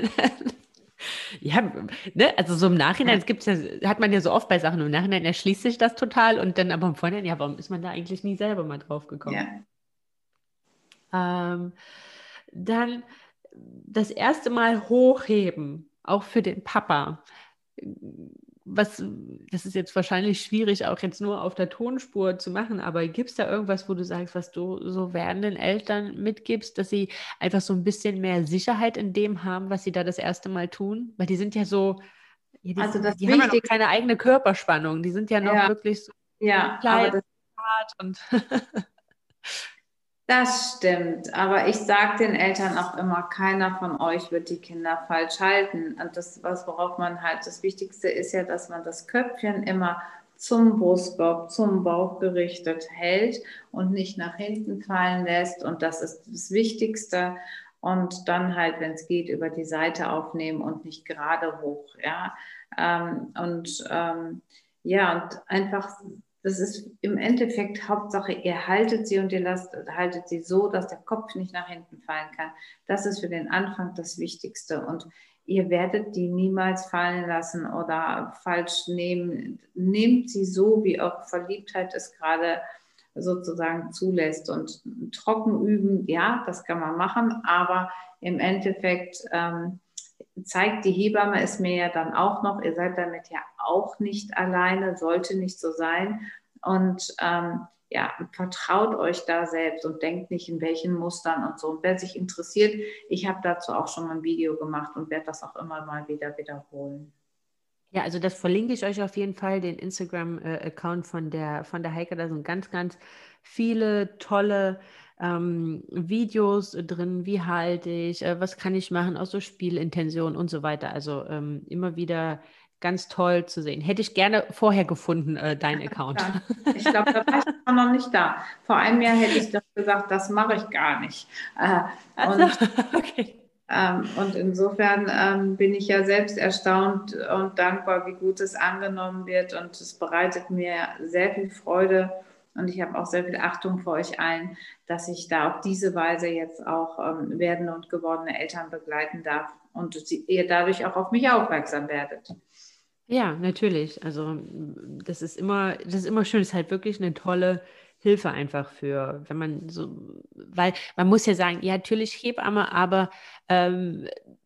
Speaker 1: ja, ne, also so im Nachhinein, es gibt's ja, hat man ja so oft bei Sachen, im Nachhinein erschließt sich das total und dann aber im Vorhinein, ja, warum ist man da eigentlich nie selber mal drauf gekommen?
Speaker 2: Ja.
Speaker 1: Ähm, dann das erste Mal hochheben, auch für den Papa. Was, das ist jetzt wahrscheinlich schwierig, auch jetzt nur auf der Tonspur zu machen, aber gibt es da irgendwas, wo du sagst, was du so werdenden Eltern mitgibst, dass sie einfach so ein bisschen mehr Sicherheit in dem haben, was sie da das erste Mal tun? Weil die sind ja so, ja, die,
Speaker 2: Also das
Speaker 1: die haben ja noch
Speaker 2: Wichtigste,
Speaker 1: keine eigene Körperspannung, die sind ja noch
Speaker 2: ja,
Speaker 1: wirklich so
Speaker 2: ja, aber
Speaker 1: klein,
Speaker 2: das
Speaker 1: hart und
Speaker 2: Das stimmt, aber ich sage den Eltern auch immer, keiner von euch wird die Kinder falsch halten. Und das, was worauf man halt, das Wichtigste ist ja, dass man das Köpfchen immer zum Brustkorb, zum Bauch gerichtet hält und nicht nach hinten fallen lässt. Und das ist das Wichtigste. Und dann halt, wenn es geht, über die Seite aufnehmen und nicht gerade hoch. Ja, ähm, und ähm, ja, und einfach das ist im Endeffekt Hauptsache, ihr haltet sie und ihr lasst, haltet sie so, dass der Kopf nicht nach hinten fallen kann. Das ist für den Anfang das Wichtigste. Und ihr werdet die niemals fallen lassen oder falsch nehmen. Nehmt sie so, wie eure Verliebtheit es gerade sozusagen zulässt. Und trocken üben, ja, das kann man machen, aber im Endeffekt ähm, zeigt die Hebamme es mir ja dann auch noch, ihr seid damit ja auch nicht alleine, sollte nicht so sein. Und ähm, ja, vertraut euch da selbst und denkt nicht in welchen Mustern und so. Und wer sich interessiert, ich habe dazu auch schon mal ein Video gemacht und werde das auch immer mal wieder wiederholen.
Speaker 1: ja, also das verlinke ich euch auf jeden Fall, den Instagram-Account von der, von der Heike. Da sind ganz, ganz viele tolle ähm, Videos drin. Wie halte ich, äh, was kann ich machen, auch so Spielintention und so weiter. Also ähm, immer wieder ganz toll zu sehen. Hätte ich gerne vorher gefunden, äh, deinen Account.
Speaker 2: Ja, ich glaube, da war ich auch noch nicht da. Vor einem Jahr hätte ich doch gesagt, das mache ich gar nicht. Äh,
Speaker 1: Also,
Speaker 2: und
Speaker 1: okay.
Speaker 2: Ähm, und insofern ähm, bin ich ja selbst erstaunt und dankbar, wie gut es angenommen wird. Und es bereitet mir sehr viel Freude. Und ich habe auch sehr viel Achtung vor euch allen, dass ich da auf diese Weise jetzt auch ähm, werdende und gewordene Eltern begleiten darf und sie, ihr dadurch auch auf mich aufmerksam werdet.
Speaker 1: Ja, natürlich. Also m, das ist immer, das ist immer schön. Das ist halt wirklich eine tolle Hilfe einfach für, wenn man so, weil man muss ja sagen, ja, natürlich Hebamme, aber ähm,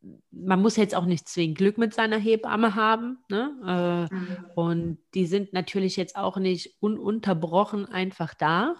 Speaker 1: man muss jetzt auch nicht zwingend Glück mit seiner Hebamme haben, ne? Äh,
Speaker 2: Mhm.
Speaker 1: und die sind natürlich jetzt auch nicht ununterbrochen einfach da.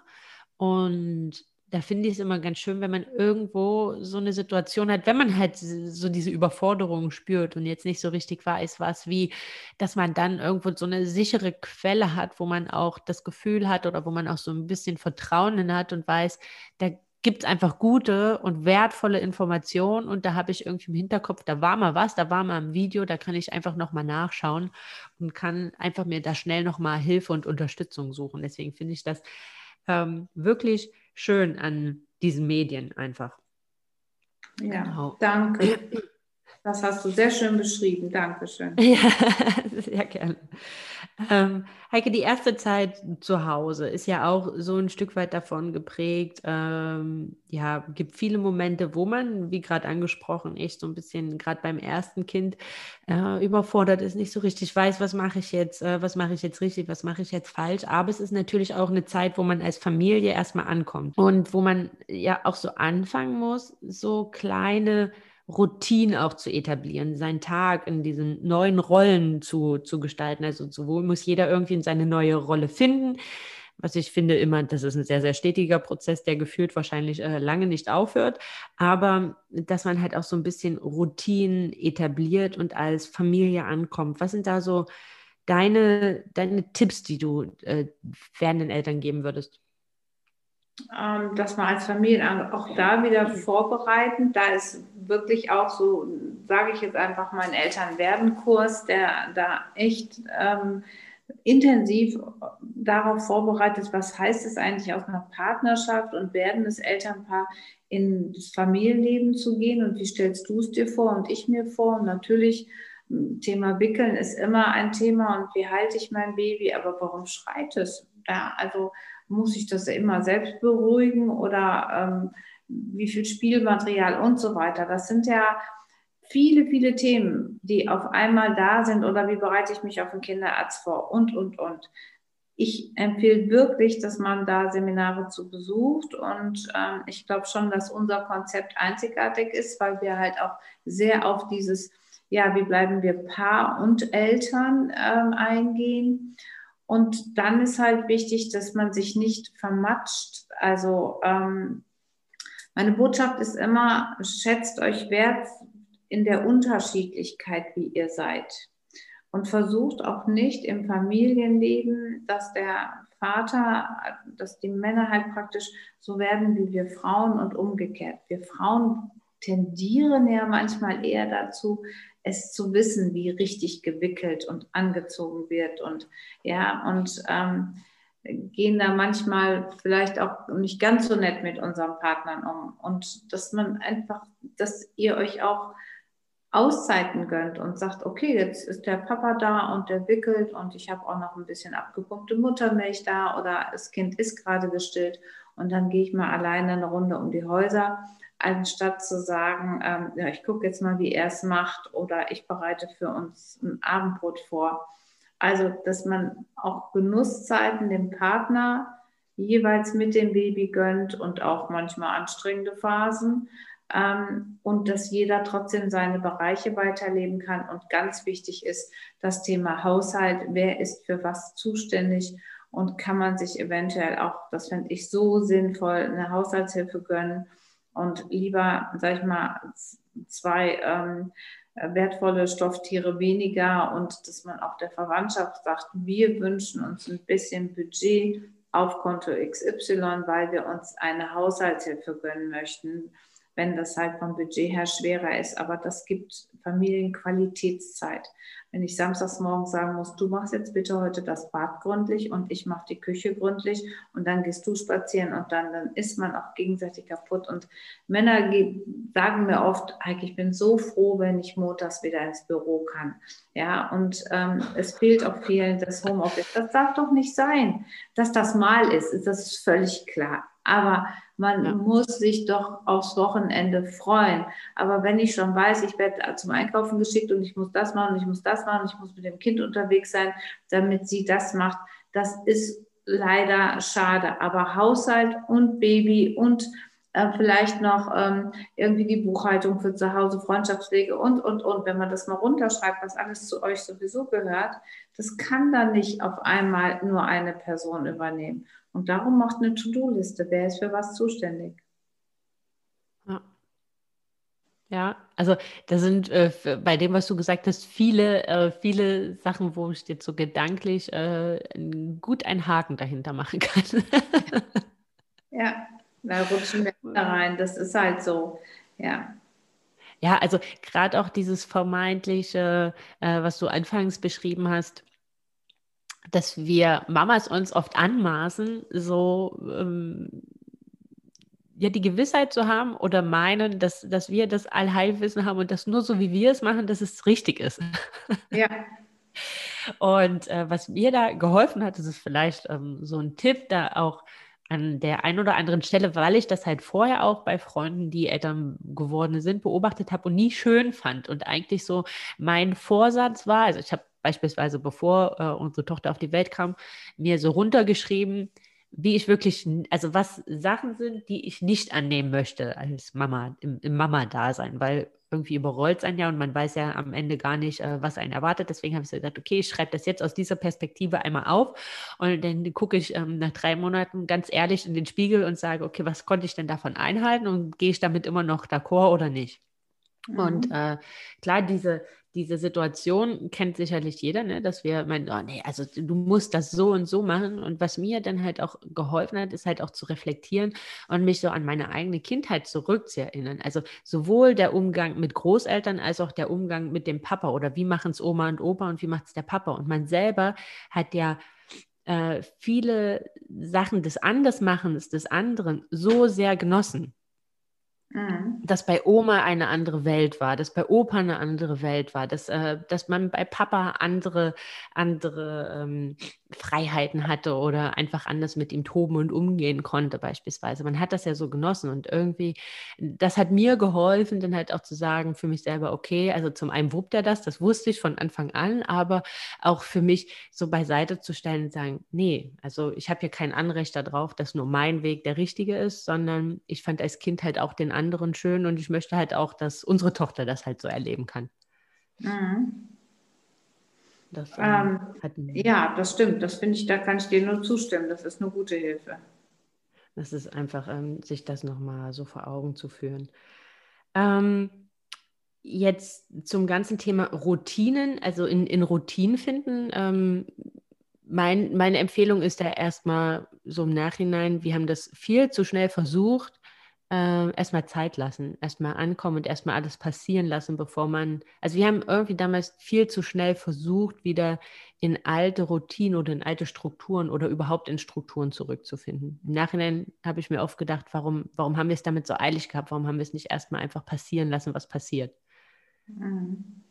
Speaker 1: Und da finde ich es immer ganz schön, wenn man irgendwo so eine Situation hat, wenn man halt so diese Überforderung spürt und jetzt nicht so richtig weiß, was wie, dass man dann irgendwo so eine sichere Quelle hat, wo man auch das Gefühl hat oder wo man auch so ein bisschen Vertrauen in hat und weiß, da gibt es einfach gute und wertvolle Informationen und da habe ich irgendwie im Hinterkopf, da war mal was, da war mal ein Video, da kann ich einfach nochmal nachschauen und kann einfach mir da schnell nochmal Hilfe und Unterstützung suchen. Deswegen finde ich das ähm, wirklich schön an diesen Medien einfach.
Speaker 2: Ja, genau. Danke. Das hast du sehr schön beschrieben. Dankeschön.
Speaker 1: Ja, sehr gerne. Ähm, Heike, die erste Zeit zu Hause ist ja auch so ein Stück weit davon geprägt. Ähm, ja, gibt viele Momente, wo man, wie gerade angesprochen, echt so ein bisschen gerade beim ersten Kind äh, überfordert ist, nicht so richtig weiß, was mache ich jetzt, äh, was mache ich jetzt richtig, was mache ich jetzt falsch. Aber es ist natürlich auch eine Zeit, wo man als Familie erstmal ankommt und wo man ja auch so anfangen muss, so kleine Routinen auch zu etablieren, seinen Tag in diesen neuen Rollen zu, zu gestalten. Also sowohl muss jeder irgendwie in seine neue Rolle finden, was ich finde immer, das ist ein sehr, sehr stetiger Prozess, der gefühlt wahrscheinlich äh, lange nicht aufhört, aber dass man halt auch so ein bisschen Routinen etabliert und als Familie ankommt. Was sind da so deine, deine Tipps, die du äh, werdenden Eltern geben würdest?
Speaker 2: Ähm, dass man als Familie auch da wieder vorbereiten. Da ist wirklich auch so, sage ich jetzt einfach mal, ein Elternwerden-Kurs, der da echt ähm, intensiv darauf vorbereitet, was heißt es eigentlich aus einer Partnerschaft und werdendes Elternpaar in das Familienleben zu gehen und wie stellst du es dir vor und ich mir vor. Und natürlich, Thema Wickeln ist immer ein Thema und wie halte ich mein Baby, aber warum schreit es? Ja, also muss ich das immer selbst beruhigen oder ähm, wie viel Spielmaterial und so weiter. Das sind ja viele, viele Themen, die auf einmal da sind oder wie bereite ich mich auf den Kinderarzt vor und, und, und. Ich empfehle wirklich, dass man da Seminare zu besucht und ähm, ich glaube schon, dass unser Konzept einzigartig ist, weil wir halt auch sehr auf dieses, ja, wie bleiben wir Paar und Eltern ähm, eingehen. Und dann ist halt wichtig, dass man sich nicht vermatscht. Also ähm, meine Botschaft ist immer, schätzt euch wert in der Unterschiedlichkeit, wie ihr seid. Und versucht auch nicht im Familienleben, dass der Vater, dass die Männer halt praktisch so werden wie wir Frauen und umgekehrt. Wir Frauen tendieren ja manchmal eher dazu, es zu wissen, wie richtig gewickelt und angezogen wird und ja, und ähm, gehen da manchmal vielleicht auch nicht ganz so nett mit unseren Partnern um. Und dass man einfach, dass ihr euch auch Auszeiten gönnt und sagt, okay, jetzt ist der Papa da und der wickelt und ich habe auch noch ein bisschen abgepumpte Muttermilch da oder das Kind ist gerade gestillt und dann gehe ich mal alleine eine Runde um die Häuser, anstatt zu sagen, ähm, ja, ich gucke jetzt mal, wie er es macht oder ich bereite für uns ein Abendbrot vor. Also, dass man auch Genusszeiten dem Partner jeweils mit dem Baby gönnt und auch manchmal anstrengende Phasen. Ähm, und dass jeder trotzdem seine Bereiche weiterleben kann. Und ganz wichtig ist das Thema Haushalt. Wer ist für was zuständig? Und kann man sich eventuell auch, das fände ich so sinnvoll, eine Haushaltshilfe gönnen und lieber, sag ich mal, zwei ähm, wertvolle Stofftiere weniger und dass man auch der Verwandtschaft sagt, wir wünschen uns ein bisschen Budget auf Konto X Y, weil wir uns eine Haushaltshilfe gönnen möchten, wenn das halt vom Budget her schwerer ist. Aber das gibt Familienqualitätszeit. Wenn ich samstags morgens sagen muss, du machst jetzt bitte heute das Bad gründlich und ich mache die Küche gründlich und dann gehst du spazieren und dann, dann ist man auch gegenseitig kaputt. Und Männer sagen mir oft, Heike, ich bin so froh, wenn ich montags wieder ins Büro kann. Ja, und ähm, es fehlt auch vielen das Homeoffice. Das darf doch nicht sein. Dass das mal ist, ist das völlig klar. Aber man ja. muss sich doch aufs Wochenende freuen. Aber wenn ich schon weiß, ich werde zum Einkaufen geschickt und ich muss das machen und ich muss das machen, ich muss mit dem Kind unterwegs sein, damit sie das macht, das ist leider schade. Aber Haushalt und Baby und äh, vielleicht noch ähm, irgendwie die Buchhaltung für zu Hause, Freundschaftspflege und, und, und. Wenn man das mal runterschreibt, was alles zu euch sowieso gehört, das kann dann nicht auf einmal nur eine Person übernehmen. Und darum macht eine To-Do-Liste. Wer ist für was zuständig?
Speaker 1: Ja. Ja, also da sind äh, bei dem, was du gesagt hast, viele, äh, viele Sachen, wo ich jetzt so gedanklich äh, gut einen Haken dahinter machen kann.
Speaker 2: Ja, da rutschen wir da rein. Das ist halt so, ja.
Speaker 1: Ja, also gerade auch dieses vermeintliche, äh, was du anfangs beschrieben hast, dass wir Mamas uns oft anmaßen, so ähm, ja, die Gewissheit zu haben oder meinen, dass, dass wir das Allheilwissen haben und dass nur so, wie wir es machen, dass es richtig ist.
Speaker 2: Ja.
Speaker 1: Und äh, was mir da geholfen hat, das ist vielleicht ähm, so ein Tipp, da auch an der einen oder anderen Stelle, weil ich das halt vorher auch bei Freunden, die Eltern geworden sind, beobachtet habe und nie schön fand. Und eigentlich so mein Vorsatz war, also ich habe beispielsweise, bevor äh, unsere Tochter auf die Welt kam, mir so runtergeschrieben, wie ich wirklich, also was Sachen sind, die ich nicht annehmen möchte als Mama, im, im Mama-Dasein, weil irgendwie überrollt es einen ja und man weiß ja am Ende gar nicht, äh, was einen erwartet. Deswegen habe ich so gesagt, okay, ich schreibe das jetzt aus dieser Perspektive einmal auf und dann gucke ich ähm, nach drei Monaten ganz ehrlich in den Spiegel und sage, okay, was konnte ich denn davon einhalten und gehe ich damit immer noch d'accord oder nicht? Und
Speaker 2: Mhm.
Speaker 1: äh, klar, diese, diese Situation kennt sicherlich jeder, ne? Dass wir meinen, oh nee, also du musst das so und so machen. Und was mir dann halt auch geholfen hat, ist halt auch zu reflektieren und mich so an meine eigene Kindheit zurückzuerinnern. Also sowohl der Umgang mit Großeltern als auch der Umgang mit dem Papa oder wie machen es Oma und Opa und wie macht es der Papa. Und man selber hat ja äh, viele Sachen des Andersmachens des anderen so sehr genossen,
Speaker 2: Mhm.
Speaker 1: dass bei Oma eine andere Welt war, dass bei Opa eine andere Welt war, dass, äh, dass man bei Papa andere, andere ähm, Freiheiten hatte oder einfach anders mit ihm toben und umgehen konnte beispielsweise. Man hat das ja so genossen und irgendwie, das hat mir geholfen, dann halt auch zu sagen für mich selber, okay, also zum einen wuppt er das, das wusste ich von Anfang an, aber auch für mich so beiseite zu stellen und sagen, nee, also ich habe hier kein Anrecht darauf, dass nur mein Weg der richtige ist, sondern ich fand als Kind halt auch den anderen schön und ich möchte halt auch, dass unsere Tochter das halt so erleben kann.
Speaker 2: Mhm.
Speaker 1: Das ähm,
Speaker 2: Ähm,
Speaker 1: hat,
Speaker 2: ja, das stimmt. Das finde ich, da kann ich dir nur zustimmen. Das ist eine gute Hilfe.
Speaker 1: das ist einfach, ähm, sich das nochmal so vor Augen zu führen. Ähm, Jetzt zum ganzen Thema Routinen, also in, in Routinen finden. Ähm, mein, meine Empfehlung ist da erstmal so im Nachhinein, wir haben das viel zu schnell versucht, äh, erstmal Zeit lassen, erstmal ankommen und erstmal alles passieren lassen, bevor man, also wir haben irgendwie damals viel zu schnell versucht, wieder in alte Routinen oder in alte Strukturen oder überhaupt in Strukturen zurückzufinden. Im Nachhinein habe ich mir oft gedacht, warum, warum haben wir es damit so eilig gehabt? Warum haben wir es nicht erstmal einfach passieren lassen, was passiert?
Speaker 2: Mhm.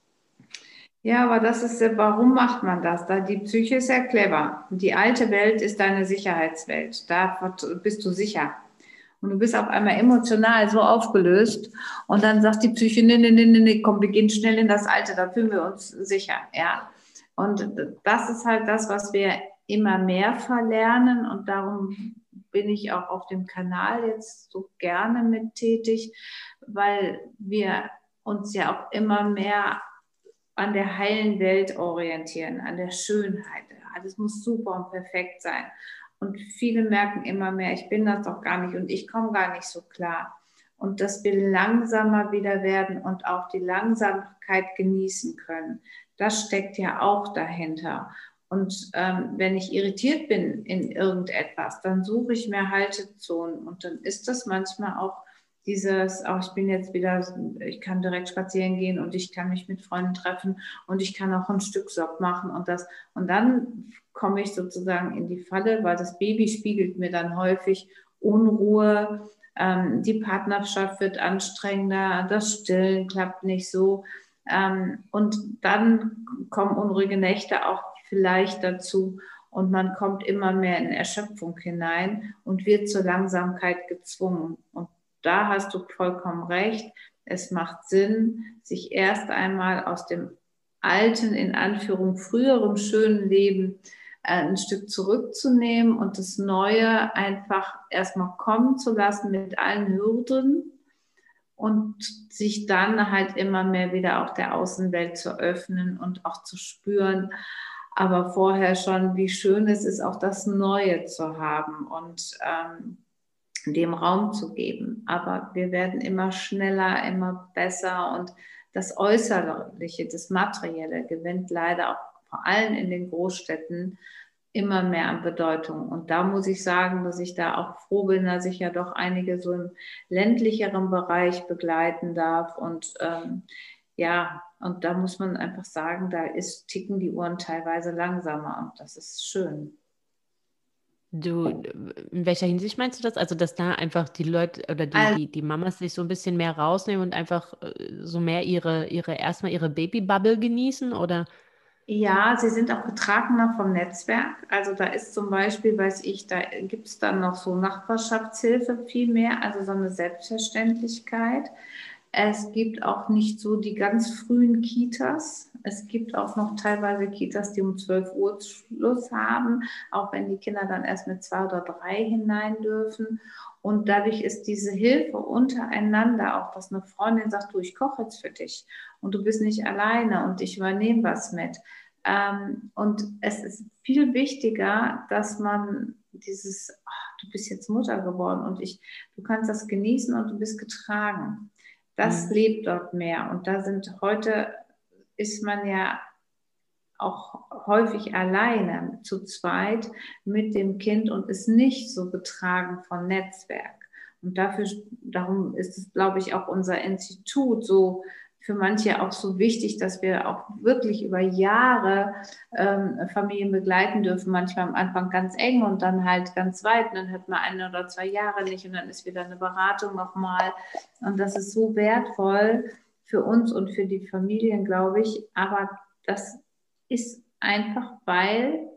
Speaker 2: Ja, aber das ist, äh, warum macht man das? Da die Psyche ist ja clever. Die alte Welt ist deine Sicherheitswelt. Da bist du sicher. Und du bist auf einmal emotional so aufgelöst. Und dann sagt die Psyche, nee, nee, nee, nee, nee, komm, wir gehen schnell in das Alte, da fühlen wir uns sicher. Ja. Und das ist halt das, was wir immer mehr verlernen. Und darum bin ich auch auf dem Kanal jetzt so gerne mit tätig, weil wir uns ja auch immer mehr an der heilen Welt orientieren, an der Schönheit. Alles muss super und perfekt sein. Und viele merken immer mehr, ich bin das doch gar nicht und ich komme gar nicht so klar. Und dass wir langsamer wieder werden und auch die Langsamkeit genießen können. Das steckt ja auch dahinter. Und ähm, wenn ich irritiert bin in irgendetwas, dann suche ich mir Haltezonen. Und dann ist das manchmal auch dieses, auch ich bin jetzt wieder, ich kann direkt spazieren gehen und ich kann mich mit Freunden treffen und ich kann auch ein Stück Sock machen und das. Und dann komme ich sozusagen in die Falle, weil das Baby spiegelt mir dann häufig Unruhe, ähm, die Partnerschaft wird anstrengender, das Stillen klappt nicht so. Ähm, und dann kommen unruhige Nächte auch vielleicht dazu. Und man kommt immer mehr in Erschöpfung hinein und wird zur Langsamkeit gezwungen. Und da hast du vollkommen recht. Es macht Sinn, sich erst einmal aus dem alten, in Anführung früherem schönen Leben äh, ein Stück zurückzunehmen und das Neue einfach erstmal kommen zu lassen mit allen Hürden und sich dann halt immer mehr wieder auch der Außenwelt zu öffnen und auch zu spüren, aber vorher schon, wie schön es ist, auch das Neue zu haben und ähm, dem Raum zu geben. Aber wir werden immer schneller, immer besser und das Äußerliche, das Materielle gewinnt leider auch vor allem in den Großstädten immer mehr an Bedeutung. Und da muss ich sagen, dass ich da auch froh bin, dass ich ja doch einige so im ländlicheren Bereich begleiten darf. Und ähm, ja, und da muss man einfach sagen, da ist, ticken die Uhren teilweise langsamer und das ist schön.
Speaker 1: Du, in welcher Hinsicht meinst du das? Also, dass da einfach die Leute oder die,
Speaker 2: Also,
Speaker 1: die, die Mamas sich so ein bisschen mehr rausnehmen und einfach äh, so mehr ihre, ihre, erstmal ihre Babybubble genießen oder?
Speaker 2: ja, sie sind auch getragener vom Netzwerk. Also da ist zum Beispiel, weiß ich, da gibt es dann noch so Nachbarschaftshilfe viel mehr, also so eine Selbstverständlichkeit. Es gibt auch nicht so die ganz frühen Kitas. Es gibt auch noch teilweise Kitas, die um zwölf Uhr Schluss haben, auch wenn die Kinder dann erst mit zwei oder drei hinein dürfen. Und dadurch ist diese Hilfe untereinander, auch dass eine Freundin sagt, du, ich koche jetzt für dich und du bist nicht alleine und ich übernehme was mit. Ähm, und es ist viel wichtiger, dass man dieses, ach, du bist jetzt Mutter geworden und ich, du kannst das genießen und du bist getragen. Das
Speaker 1: Mhm.
Speaker 2: lebt dort mehr. Und da sind heute, ist man ja auch häufig alleine zu zweit mit dem Kind und ist nicht so getragen von Netzwerk. Und dafür, darum ist es, glaube ich, auch unser Institut so für manche auch so wichtig, dass wir auch wirklich über Jahre ähm, Familien begleiten dürfen. Manchmal am Anfang ganz eng und dann halt ganz weit. Und dann hört man eine oder zwei Jahre nicht und dann ist wieder eine Beratung nochmal. Und das ist so wertvoll für uns und für die Familien, glaube ich. Aber das ist einfach, weil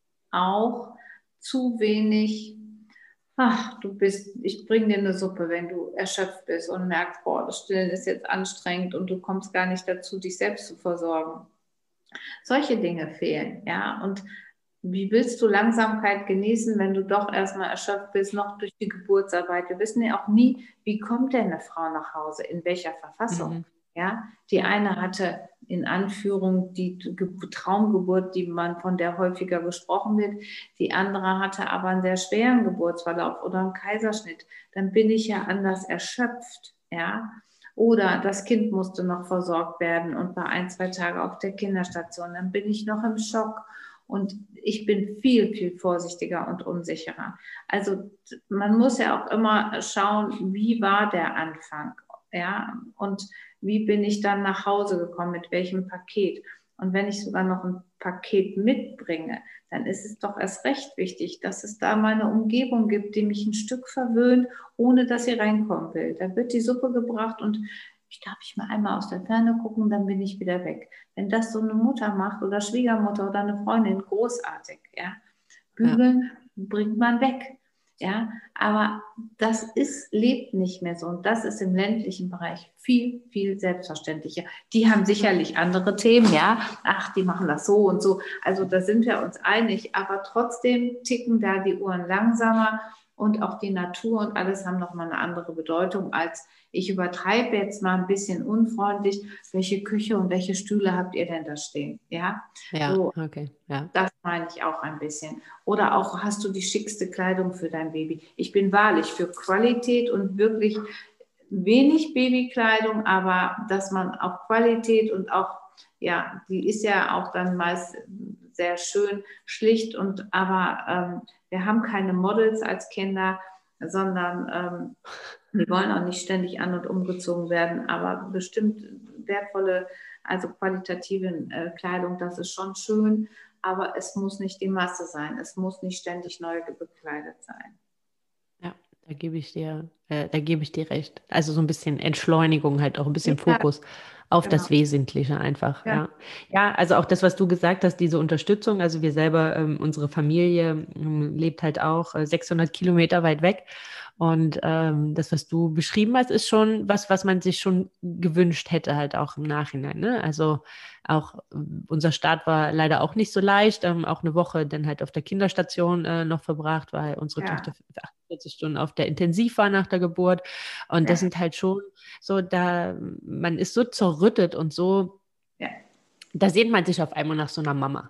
Speaker 2: auch zu wenig, ach, du bist, ich bringe dir eine Suppe, wenn du erschöpft bist und merkst, boah, das Stillen ist jetzt anstrengend und du kommst gar nicht dazu, dich selbst zu versorgen. Solche Dinge fehlen, ja. Und wie willst du Langsamkeit genießen, wenn du doch erstmal erschöpft bist, noch durch die Geburtsarbeit? Wir wissen ja auch nie, wie kommt denn eine Frau nach Hause, in welcher Verfassung.
Speaker 1: Mhm.
Speaker 2: Ja, die eine hatte in Anführung die Traumgeburt, die man von der häufiger gesprochen wird. Die andere hatte aber einen sehr schweren Geburtsverlauf oder einen Kaiserschnitt. Dann bin ich ja anders erschöpft. Ja, oder das Kind musste noch versorgt werden und war ein, zwei Tage auf der Kinderstation. Dann bin ich noch im Schock. Und ich bin viel, viel vorsichtiger und unsicherer. Also man muss ja auch immer schauen, wie war der Anfang, ja, und wie bin ich dann nach Hause gekommen, mit welchem Paket. Und wenn ich sogar noch ein Paket mitbringe, dann ist es doch erst recht wichtig, dass es da mal eine Umgebung gibt, die mich ein Stück verwöhnt, ohne dass sie reinkommen will. Da wird die Suppe gebracht und ich darf ich mal einmal aus der Ferne gucken, dann bin ich wieder weg. Wenn das so eine Mutter macht oder Schwiegermutter oder eine Freundin, großartig, ja.
Speaker 1: Ja.
Speaker 2: Bügeln bringt man weg, ja. Aber das ist, lebt nicht mehr so und das ist im ländlichen Bereich viel, viel selbstverständlicher. Die haben sicherlich andere Themen, ja. Ach, die machen das so und so. Also da sind wir uns einig, aber trotzdem ticken da die Uhren langsamer und auch die Natur und alles haben nochmal eine andere Bedeutung als ich übertreibe jetzt mal ein bisschen unfreundlich, welche Küche und welche Stühle habt ihr denn da stehen? Ja,
Speaker 1: Ja,
Speaker 2: so,
Speaker 1: okay, ja.
Speaker 2: das meine ich auch ein bisschen. Oder auch, hast du die schickste Kleidung für dein Baby? Ich bin wahrlich für Qualität und wirklich wenig Babykleidung, aber dass man auch Qualität und auch, ja, die ist ja auch dann meist sehr schön schlicht und aber ähm, wir haben keine Models als Kinder, sondern ähm, wir wollen auch nicht ständig an- und umgezogen werden, aber bestimmt wertvolle, also qualitative äh, Kleidung, das ist schon schön, aber es muss nicht die Masse sein. Es muss nicht ständig neu bekleidet sein.
Speaker 1: Ja, da gebe ich dir, äh, da gebe ich dir recht. Also so ein bisschen Entschleunigung, halt auch ein bisschen
Speaker 2: Ja,
Speaker 1: Fokus auf
Speaker 2: genau.
Speaker 1: das Wesentliche einfach,
Speaker 2: Ja,
Speaker 1: ja. Ja, also auch das, was du gesagt hast, diese Unterstützung, also wir selber, ähm, unsere Familie ähm, lebt halt auch äh, sechshundert Kilometer weit weg. Und ähm, das, was du beschrieben hast, ist schon was, was man sich schon gewünscht hätte, halt auch im Nachhinein. Ne? Also auch äh, unser Start war leider auch nicht so leicht. Ähm, auch eine Woche dann halt auf der Kinderstation äh, noch verbracht, weil unsere
Speaker 2: ja,
Speaker 1: Tochter achtundvierzig Stunden auf der Intensiv war nach der Geburt. Und das
Speaker 2: ja,
Speaker 1: sind halt schon so, da man ist so zerrüttet und so,
Speaker 2: ja.
Speaker 1: da sehnt man sich auf einmal nach so einer Mama.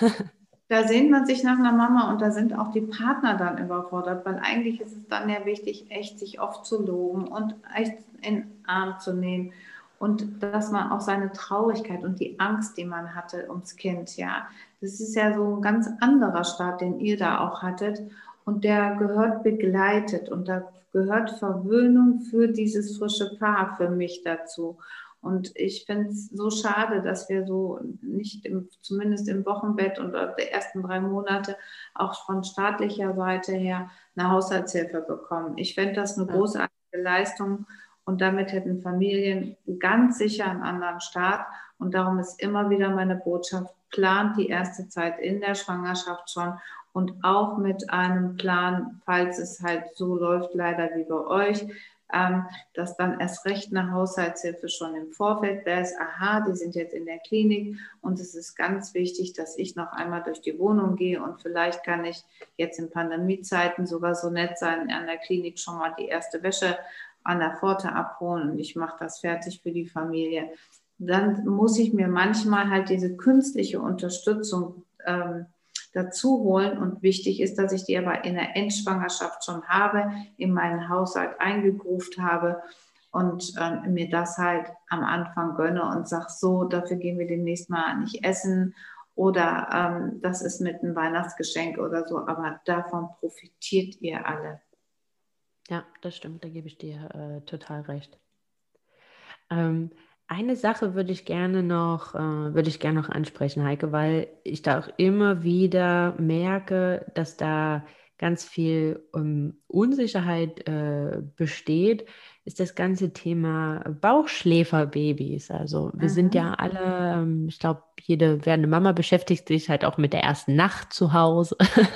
Speaker 2: Da sehnt man sich nach einer Mama und da sind auch die Partner dann überfordert, weil eigentlich ist es dann ja wichtig, echt sich oft zu loben und echt in den Arm zu nehmen und dass man auch seine Traurigkeit und die Angst, die man hatte ums Kind, ja, das ist ja so ein ganz anderer Start, den ihr da auch hattet und der gehört begleitet und da gehört Verwöhnung für dieses frische Paar für mich dazu. Und ich finde es so schade, dass wir so nicht, im, zumindest im Wochenbett und die ersten drei Monate auch von staatlicher Seite her eine Haushaltshilfe bekommen. Ich fände das eine
Speaker 1: Ja.
Speaker 2: großartige Leistung und damit hätten Familien ganz sicher einen anderen Start. Und darum ist immer wieder meine Botschaft, plant die erste Zeit in der Schwangerschaft schon und auch mit einem Plan, falls es halt so läuft, leider wie bei euch, ähm, dass dann erst recht eine Haushaltshilfe schon im Vorfeld da ist. Aha, die sind jetzt in der Klinik und es ist ganz wichtig, dass ich noch einmal durch die Wohnung gehe und vielleicht kann ich jetzt in Pandemiezeiten sogar so nett sein, an der Klinik schon mal die erste Wäsche an der Pforte abholen und ich mache das fertig für die Familie. Dann muss ich mir manchmal halt diese künstliche Unterstützung ähm, dazu holen und wichtig ist, dass ich die aber in der Endschwangerschaft schon habe, in meinen Haushalt eingegruft habe und ähm, mir das halt am Anfang gönne und sage, so, dafür gehen wir demnächst mal nicht essen oder ähm, das ist mit einem Weihnachtsgeschenk oder so, aber davon profitiert ihr alle.
Speaker 1: Ja, das stimmt, da gebe ich dir äh, total recht. Ähm, eine Sache würde ich gerne noch, äh, würde ich gerne noch ansprechen, Heike, weil ich da auch immer wieder merke, dass da ganz viel ähm, Unsicherheit äh, besteht, ist das ganze Thema Bauchschläferbabys. Also wir sind ja
Speaker 2: Mhm.
Speaker 1: alle, ähm, ich glaube, jede werdende Mama beschäftigt sich halt auch mit der ersten Nacht zu Hause.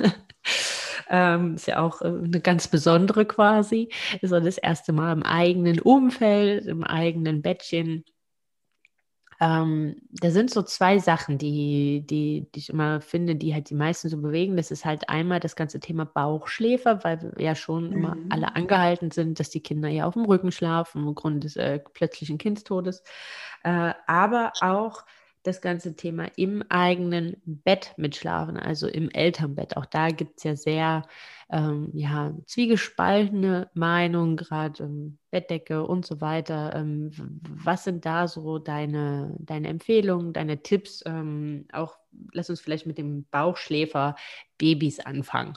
Speaker 1: Ähm, ist ja auch äh, eine ganz besondere quasi. Ist so das erste Mal im eigenen Umfeld, im eigenen Bettchen. Ähm, da sind so zwei Sachen, die, die, die ich immer finde, die halt die meisten so bewegen. Das ist halt einmal das ganze Thema Bauchschläfer, weil wir ja schon immer alle
Speaker 2: Mhm.
Speaker 1: angehalten sind, dass die Kinder ja auf dem Rücken schlafen, aufgrund des äh, plötzlichen Kindstodes. Äh, aber auch das ganze Thema im eigenen Bett mitschlafen, also im Elternbett. Auch da gibt es ja sehr ähm, ja, zwiegespaltene Meinungen, gerade ähm, Bettdecke und so weiter. Ähm, was sind da so deine, deine Empfehlungen, deine Tipps? Ähm, auch lass uns vielleicht mit dem Bauchschläfer-Babys anfangen.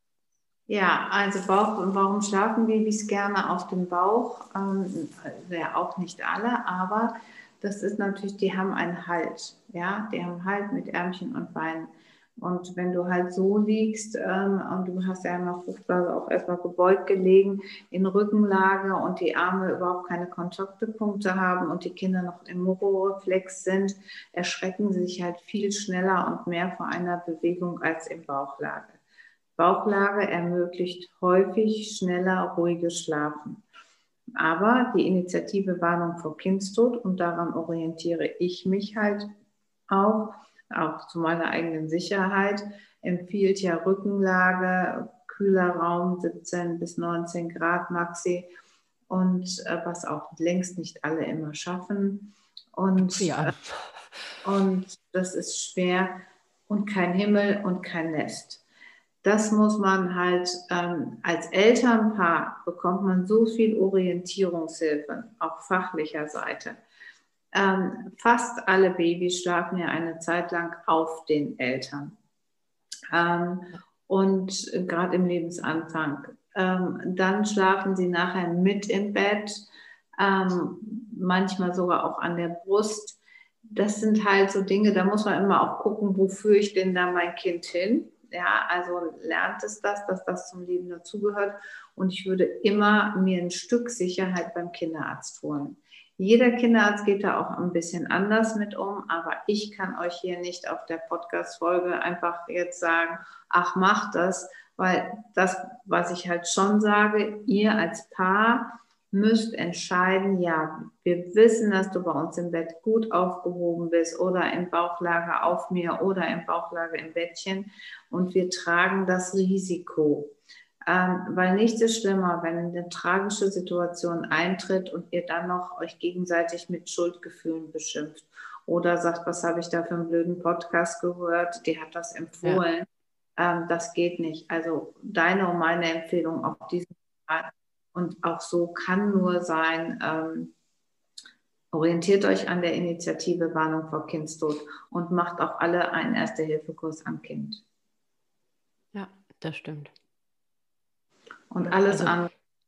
Speaker 2: Ja, also Bauch, warum schlafen Babys gerne auf dem Bauch? Ähm, ja, auch nicht alle, aber das ist natürlich, die haben einen Halt, ja, die haben Halt mit Ärmchen und Beinen. Und wenn du halt so liegst ähm, und du hast ja immer Fruchtblase auch erstmal gebeugt gelegen in Rückenlage und die Arme überhaupt keine Kontaktpunkte haben und die Kinder noch im Moro-Reflex sind, erschrecken sie sich halt viel schneller und mehr vor einer Bewegung als im Bauchlage. Bauchlage ermöglicht häufig schneller, ruhiges Schlafen. Aber die Initiative Warnung vor Kindstod, und daran orientiere ich mich halt auch, auch zu meiner eigenen Sicherheit, empfiehlt ja Rückenlage, kühler Raum, siebzehn bis neunzehn Grad Maxi, und äh, was auch längst nicht alle immer schaffen. Und,
Speaker 1: Ja.
Speaker 2: äh, und das ist schwer und kein Himmel und kein Nest. Das muss man halt, ähm, als Elternpaar bekommt man so viel Orientierungshilfe, auch fachlicher Seite. Ähm, fast alle Babys schlafen ja eine Zeit lang auf den Eltern. Ähm, und gerade im Lebensanfang. Ähm, dann schlafen sie nachher mit im Bett, ähm, manchmal sogar auch an der Brust. Das sind halt so Dinge, da muss man immer auch gucken, wo führe ich denn da mein Kind hin? Ja, also lernt es das, dass das zum Leben dazugehört. Und ich würde immer mir ein Stück Sicherheit beim Kinderarzt holen. Jeder Kinderarzt geht da auch ein bisschen anders mit um, aber ich kann euch hier nicht auf der Podcast-Folge einfach jetzt sagen, ach, macht das, weil das, was ich halt schon sage, ihr als Paar müsst entscheiden, ja, wir wissen, dass du bei uns im Bett gut aufgehoben bist oder im Bauchlage auf mir oder im Bauchlage im Bettchen und wir tragen das Risiko. Ähm, weil nichts ist schlimmer, wenn eine tragische Situation eintritt und ihr dann noch euch gegenseitig mit Schuldgefühlen beschimpft oder sagt, was habe ich da für einen blöden Podcast gehört, die hat das
Speaker 1: Ja.
Speaker 2: empfohlen. Ähm, das geht nicht. Also deine und meine Empfehlung auf diesen Fall. Und auch so kann nur sein, ähm, orientiert euch an der Initiative Warnung vor Kindstod und macht auch alle einen Erste-Hilfe-Kurs am Kind.
Speaker 1: Ja, das stimmt.
Speaker 2: Und alles
Speaker 1: Also
Speaker 2: andere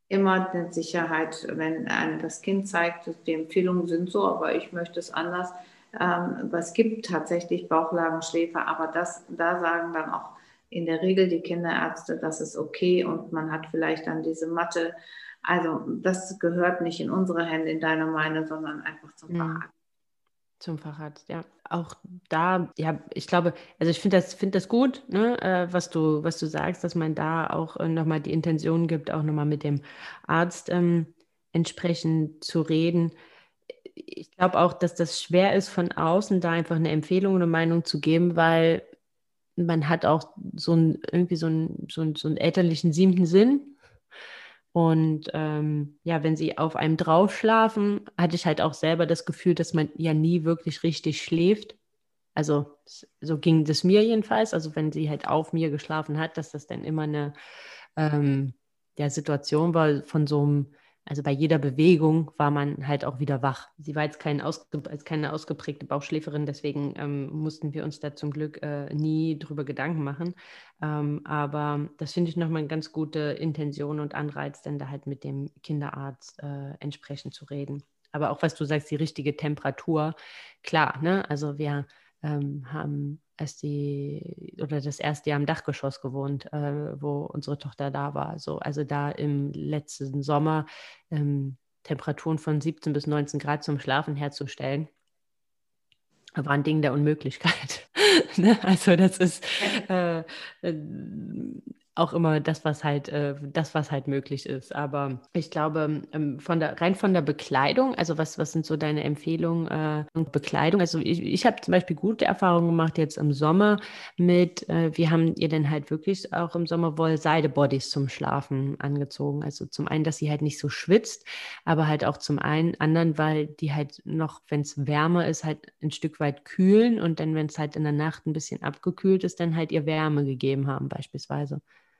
Speaker 2: immer eine Sicherheit, wenn einem das Kind zeigt, dass die Empfehlungen sind so, aber ich möchte es anders. Ähm, aber es gibt tatsächlich Bauchlagenschläfer, aber das, da sagen dann auch in der Regel die Kinderärzte, das ist okay und man hat vielleicht dann diese Matte. Also das gehört nicht in unsere Hände, in deine meine, sondern einfach zum
Speaker 1: Mhm.
Speaker 2: Facharzt.
Speaker 1: Zum Facharzt, ja. Auch da, ja, ich glaube, also ich finde das, finde das gut, ne, äh, was du, was du sagst, dass man da auch äh, nochmal die Intention gibt, auch nochmal mit dem Arzt ähm, entsprechend zu reden. Ich glaube auch, dass das schwer ist, von außen da einfach eine Empfehlung, eine Meinung zu geben, weil man hat auch so ein, irgendwie so einen, so einen, so einen elterlichen siebten Sinn. Und ähm, ja, wenn sie auf einem drauf schlafen, hatte ich halt auch selber das Gefühl, dass man ja nie wirklich richtig schläft. Also so ging das mir jedenfalls. Also wenn sie halt auf mir geschlafen hat, dass das dann immer eine ähm, ja, Situation war von so einem, also bei jeder Bewegung war man halt auch wieder wach. Sie war jetzt kein ausge, als keine ausgeprägte Bauchschläferin, deswegen ähm, mussten wir uns da zum Glück äh, nie drüber Gedanken machen. Ähm, aber das finde ich nochmal eine ganz gute Intention und Anreiz, dann da halt mit dem Kinderarzt äh, entsprechend zu reden. Aber auch was du sagst, die richtige Temperatur, klar, ne? Also wir ähm, haben erst die oder das erste Jahr im Dachgeschoss gewohnt, äh, wo unsere Tochter da war. So, also da im letzten Sommer ähm, Temperaturen von siebzehn bis neunzehn Grad zum Schlafen herzustellen, war ein Ding der Unmöglichkeit. Ne? Also das ist äh, äh, auch immer das, was halt, äh, das, was halt möglich ist. Aber ich glaube, ähm, von der, rein von der Bekleidung, also was, was sind so deine Empfehlungen äh, und Bekleidung? Also ich, ich habe zum Beispiel gute Erfahrungen gemacht jetzt im Sommer mit, äh, wir haben ihr dann halt wirklich auch im Sommer Wollseide-Bodies zum Schlafen angezogen. Also zum einen, dass sie halt nicht so schwitzt, aber halt auch zum einen anderen, weil die halt noch, wenn es wärmer ist, halt ein Stück weit kühlen und dann, wenn es halt in der Nacht ein bisschen abgekühlt ist, dann halt ihr Wärme gegeben haben beispielsweise.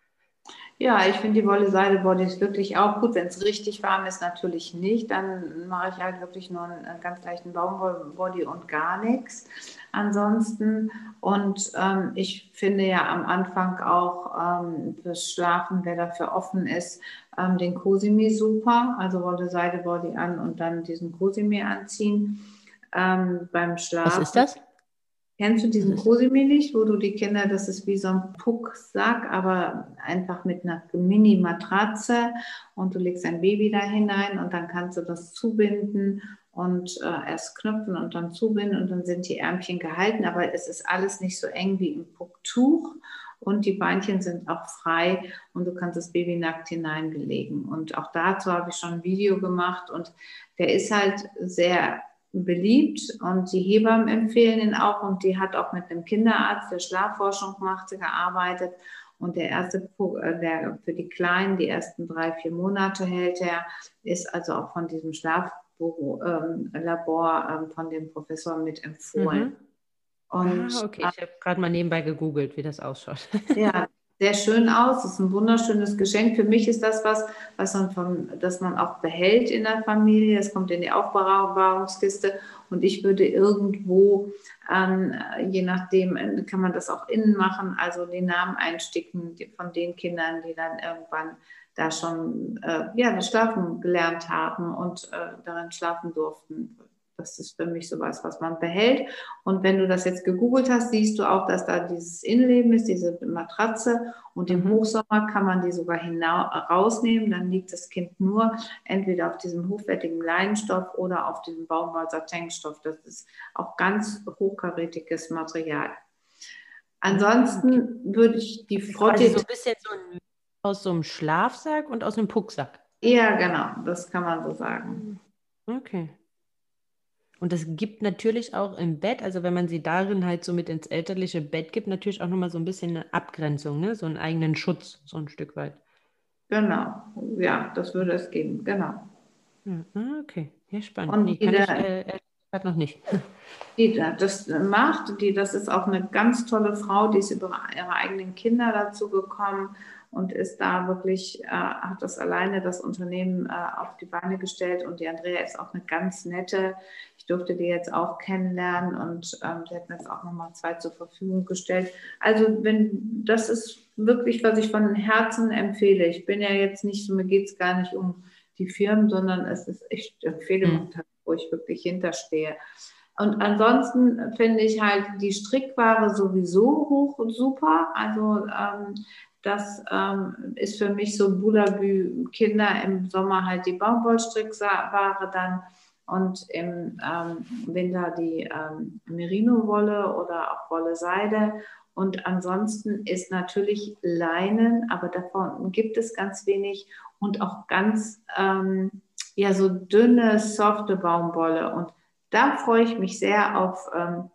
Speaker 2: Ja, ich finde die Wolle-Seide-Bodies wirklich auch gut. Wenn es richtig warm ist, natürlich nicht. Dann mache ich halt wirklich nur einen ganz leichten Baumwoll-Body und gar nichts ansonsten. Und ähm, ich finde ja am Anfang auch ähm, fürs Schlafen, wer dafür offen ist, ähm, den Cosimi super. Also Wolle-Seide-Body an und dann diesen Cosimi anziehen ähm, beim
Speaker 1: Was ist
Speaker 2: Schlafen.
Speaker 1: das?
Speaker 2: Kennst du
Speaker 1: Was
Speaker 2: diesen
Speaker 1: ist das?
Speaker 2: Cosimi nicht, wo du die Kinder, das ist wie so ein Pucksack, aber einfach mit einer Mini-Matratze und du legst ein Baby da hinein und dann kannst du das zubinden und äh, erst knöpfen und dann zubinden und dann sind die Ärmchen gehalten, aber es ist alles nicht so eng wie im Pucktuch und die Beinchen sind auch frei und du kannst das Baby nackt hineinlegen. Und auch dazu habe ich schon ein Video gemacht und der ist halt sehr beliebt und die Hebammen empfehlen ihn auch und die hat auch mit einem Kinderarzt, der Schlafforschung machte, gearbeitet und der erste, der für die Kleinen, die ersten drei, vier Monate hält er, ist also auch von diesem Schlaflabor ähm, von dem Professor mit empfohlen.
Speaker 1: Mhm. Ah,
Speaker 2: Und
Speaker 1: okay. Ich habe gerade mal nebenbei gegoogelt, wie das ausschaut.
Speaker 2: ja, sehr schön aus. Das ist ein wunderschönes Geschenk. Für mich ist das was, was man vom, das man auch behält in der Familie. Es kommt in die Aufbewahrungskiste und ich würde irgendwo, ähm, je nachdem, kann man das auch innen machen, also den Namen einsticken von den Kindern, die dann irgendwann da schon äh, ja, das Schlafen gelernt haben und äh, darin schlafen durften. Das ist für mich sowas, was man behält. Und wenn du das jetzt gegoogelt hast, siehst du auch, dass da dieses Innenleben ist, diese Matratze. Und im
Speaker 1: Mhm.
Speaker 2: Hochsommer kann man die sogar rausnehmen. Dann liegt das Kind nur entweder auf diesem hochwertigen Leinenstoff oder auf diesem Baumwoll-Satinstoff. Das ist auch ganz hochkarätiges Material. Ansonsten okay. würde ich die Frotte...
Speaker 1: Quasi so ein bisschen so ein, aus so einem Schlafsack und aus einem Pucksack.
Speaker 2: Ja, genau. Das kann man so sagen.
Speaker 1: Okay. Und das gibt natürlich auch im Bett, also wenn man sie darin halt so mit ins elterliche Bett gibt, natürlich auch nochmal so ein bisschen eine Abgrenzung, ne? So einen eigenen Schutz, so ein Stück weit.
Speaker 2: Genau, ja, das würde es geben, genau.
Speaker 1: Ja, okay, ja, spannend.
Speaker 2: Und
Speaker 1: Nee,
Speaker 2: die,
Speaker 1: kann ich
Speaker 2: da,
Speaker 1: äh, gerade noch nicht.
Speaker 2: die das macht, die, das ist auch eine ganz tolle Frau, die ist über ihre eigenen Kinder dazu gekommen und ist da wirklich, äh, hat das alleine das Unternehmen äh, auf die Beine gestellt. Und die Andrea ist auch eine ganz nette. Ich durfte die jetzt auch kennenlernen und ähm, sie hat mir jetzt auch nochmal zwei zur Verfügung gestellt. Also wenn das ist wirklich, was ich von Herzen empfehle. Ich bin ja jetzt nicht so, mir geht es gar nicht um die Firmen, sondern es ist, ich empfehle,
Speaker 1: Mhm.
Speaker 2: wo ich wirklich hinterstehe. Und ansonsten finde ich halt die Strickware sowieso hoch und super. Also ähm, das ähm, ist für mich so Bulabü Kinder im Sommer halt die Baumwollstrickware dann und im ähm, Winter die ähm, Merino-Wolle oder auch Wolle-Seide. Und ansonsten ist natürlich Leinen, aber davon gibt es ganz wenig und auch ganz ähm, ja so dünne, softe Baumwolle. Und da freue ich mich sehr auf ähm,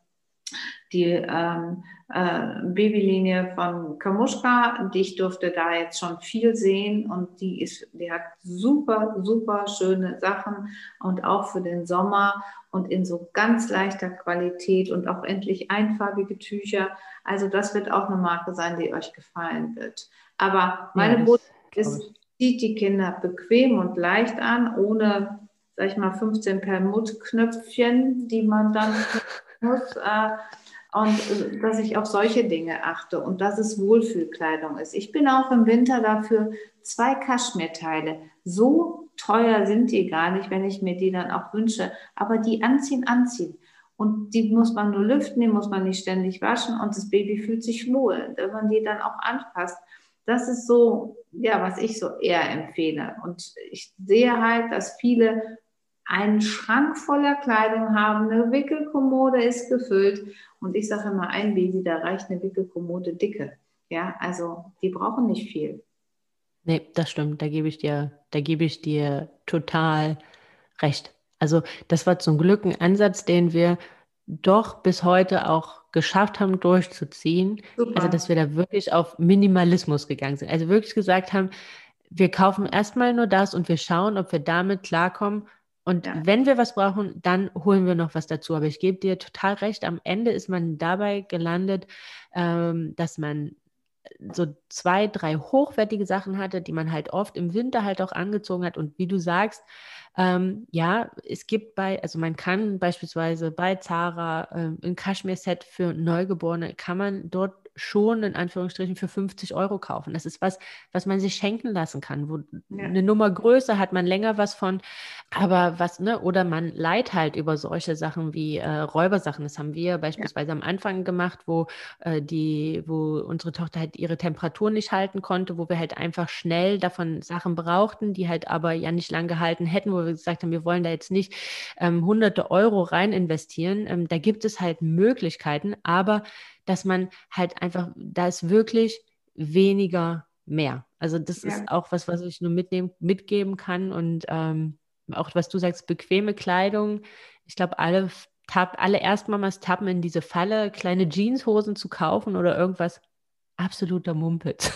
Speaker 2: die ähm, äh, Babylinie von Kamuschka. Ich durfte da jetzt schon viel sehen und die ist, die hat super, super schöne Sachen und auch für den Sommer und in so ganz leichter Qualität und auch endlich einfarbige Tücher. Also das wird auch eine Marke sein, die euch gefallen wird. Aber
Speaker 1: Ja,
Speaker 2: meine
Speaker 1: das
Speaker 2: Botschaft
Speaker 1: glaube
Speaker 2: ist,
Speaker 1: ich.
Speaker 2: zieht die Kinder bequem und leicht an, ohne, sag ich mal, fünfzehn Perlmuttknöpfchen, die man dann muss. Äh, und äh, dass ich auf solche Dinge achte und dass es Wohlfühlkleidung ist. Ich bin auch im Winter dafür zwei Kaschmirteile. So teuer sind die gar nicht, wenn ich mir die dann auch wünsche. Aber die anziehen, anziehen. Und die muss man nur lüften, die muss man nicht ständig waschen und das Baby fühlt sich wohl, wenn man die dann auch anpasst. Das ist so, ja, was ich so eher empfehle. Und ich sehe halt, dass viele einen Schrank voller Kleidung haben, eine Wickelkommode ist gefüllt und ich sage immer, ein Baby, da reicht eine Wickelkommode dicke. Ja, also die brauchen nicht viel.
Speaker 1: Nee, das stimmt. Da gebe ich dir, da gebe ich dir total recht. Also das war zum Glück ein Ansatz, den wir doch bis heute auch geschafft haben durchzuziehen. Also
Speaker 2: Super.
Speaker 1: dass wir da wirklich auf Minimalismus gegangen sind. Also wirklich gesagt haben, wir kaufen erstmal nur das und wir schauen, ob wir damit klarkommen. Und
Speaker 2: Ja,
Speaker 1: wenn wir was brauchen, dann holen wir noch was dazu. Aber ich gebe dir total recht, am Ende ist man dabei gelandet, ähm, dass man so zwei, drei hochwertige Sachen hatte, die man halt oft im Winter halt auch angezogen hat. Und wie du sagst, ähm, ja, es gibt bei, also man kann beispielsweise bei Zara ähm, ein Kaschmir-Set für Neugeborene, kann man dort schon in Anführungsstrichen für fünfzig Euro kaufen. Das ist was, was man sich schenken lassen kann. Wo
Speaker 2: ja,
Speaker 1: eine Nummer größer hat man länger was von, aber was, ne, oder man leiht halt über solche Sachen wie äh, Räubersachen. Das haben wir
Speaker 2: ja,
Speaker 1: beispielsweise am Anfang gemacht, wo äh, die, wo unsere Tochter halt ihre Temperatur nicht halten konnte, wo wir halt einfach schnell davon Sachen brauchten, die halt aber ja nicht lang gehalten hätten, wo wir gesagt haben, wir wollen da jetzt nicht ähm, hunderte Euro rein investieren. Ähm, da gibt es halt Möglichkeiten, aber dass man halt einfach, da ist wirklich weniger mehr. Also das ist
Speaker 2: ja,
Speaker 1: auch was, was ich nur mitnehmen, mitgeben kann und ähm, auch was du sagst, bequeme Kleidung. Ich glaube, alle tapp, alle Erstmamas tappen in diese Falle, kleine Jeanshosen zu kaufen oder irgendwas. Absoluter Mumpitz.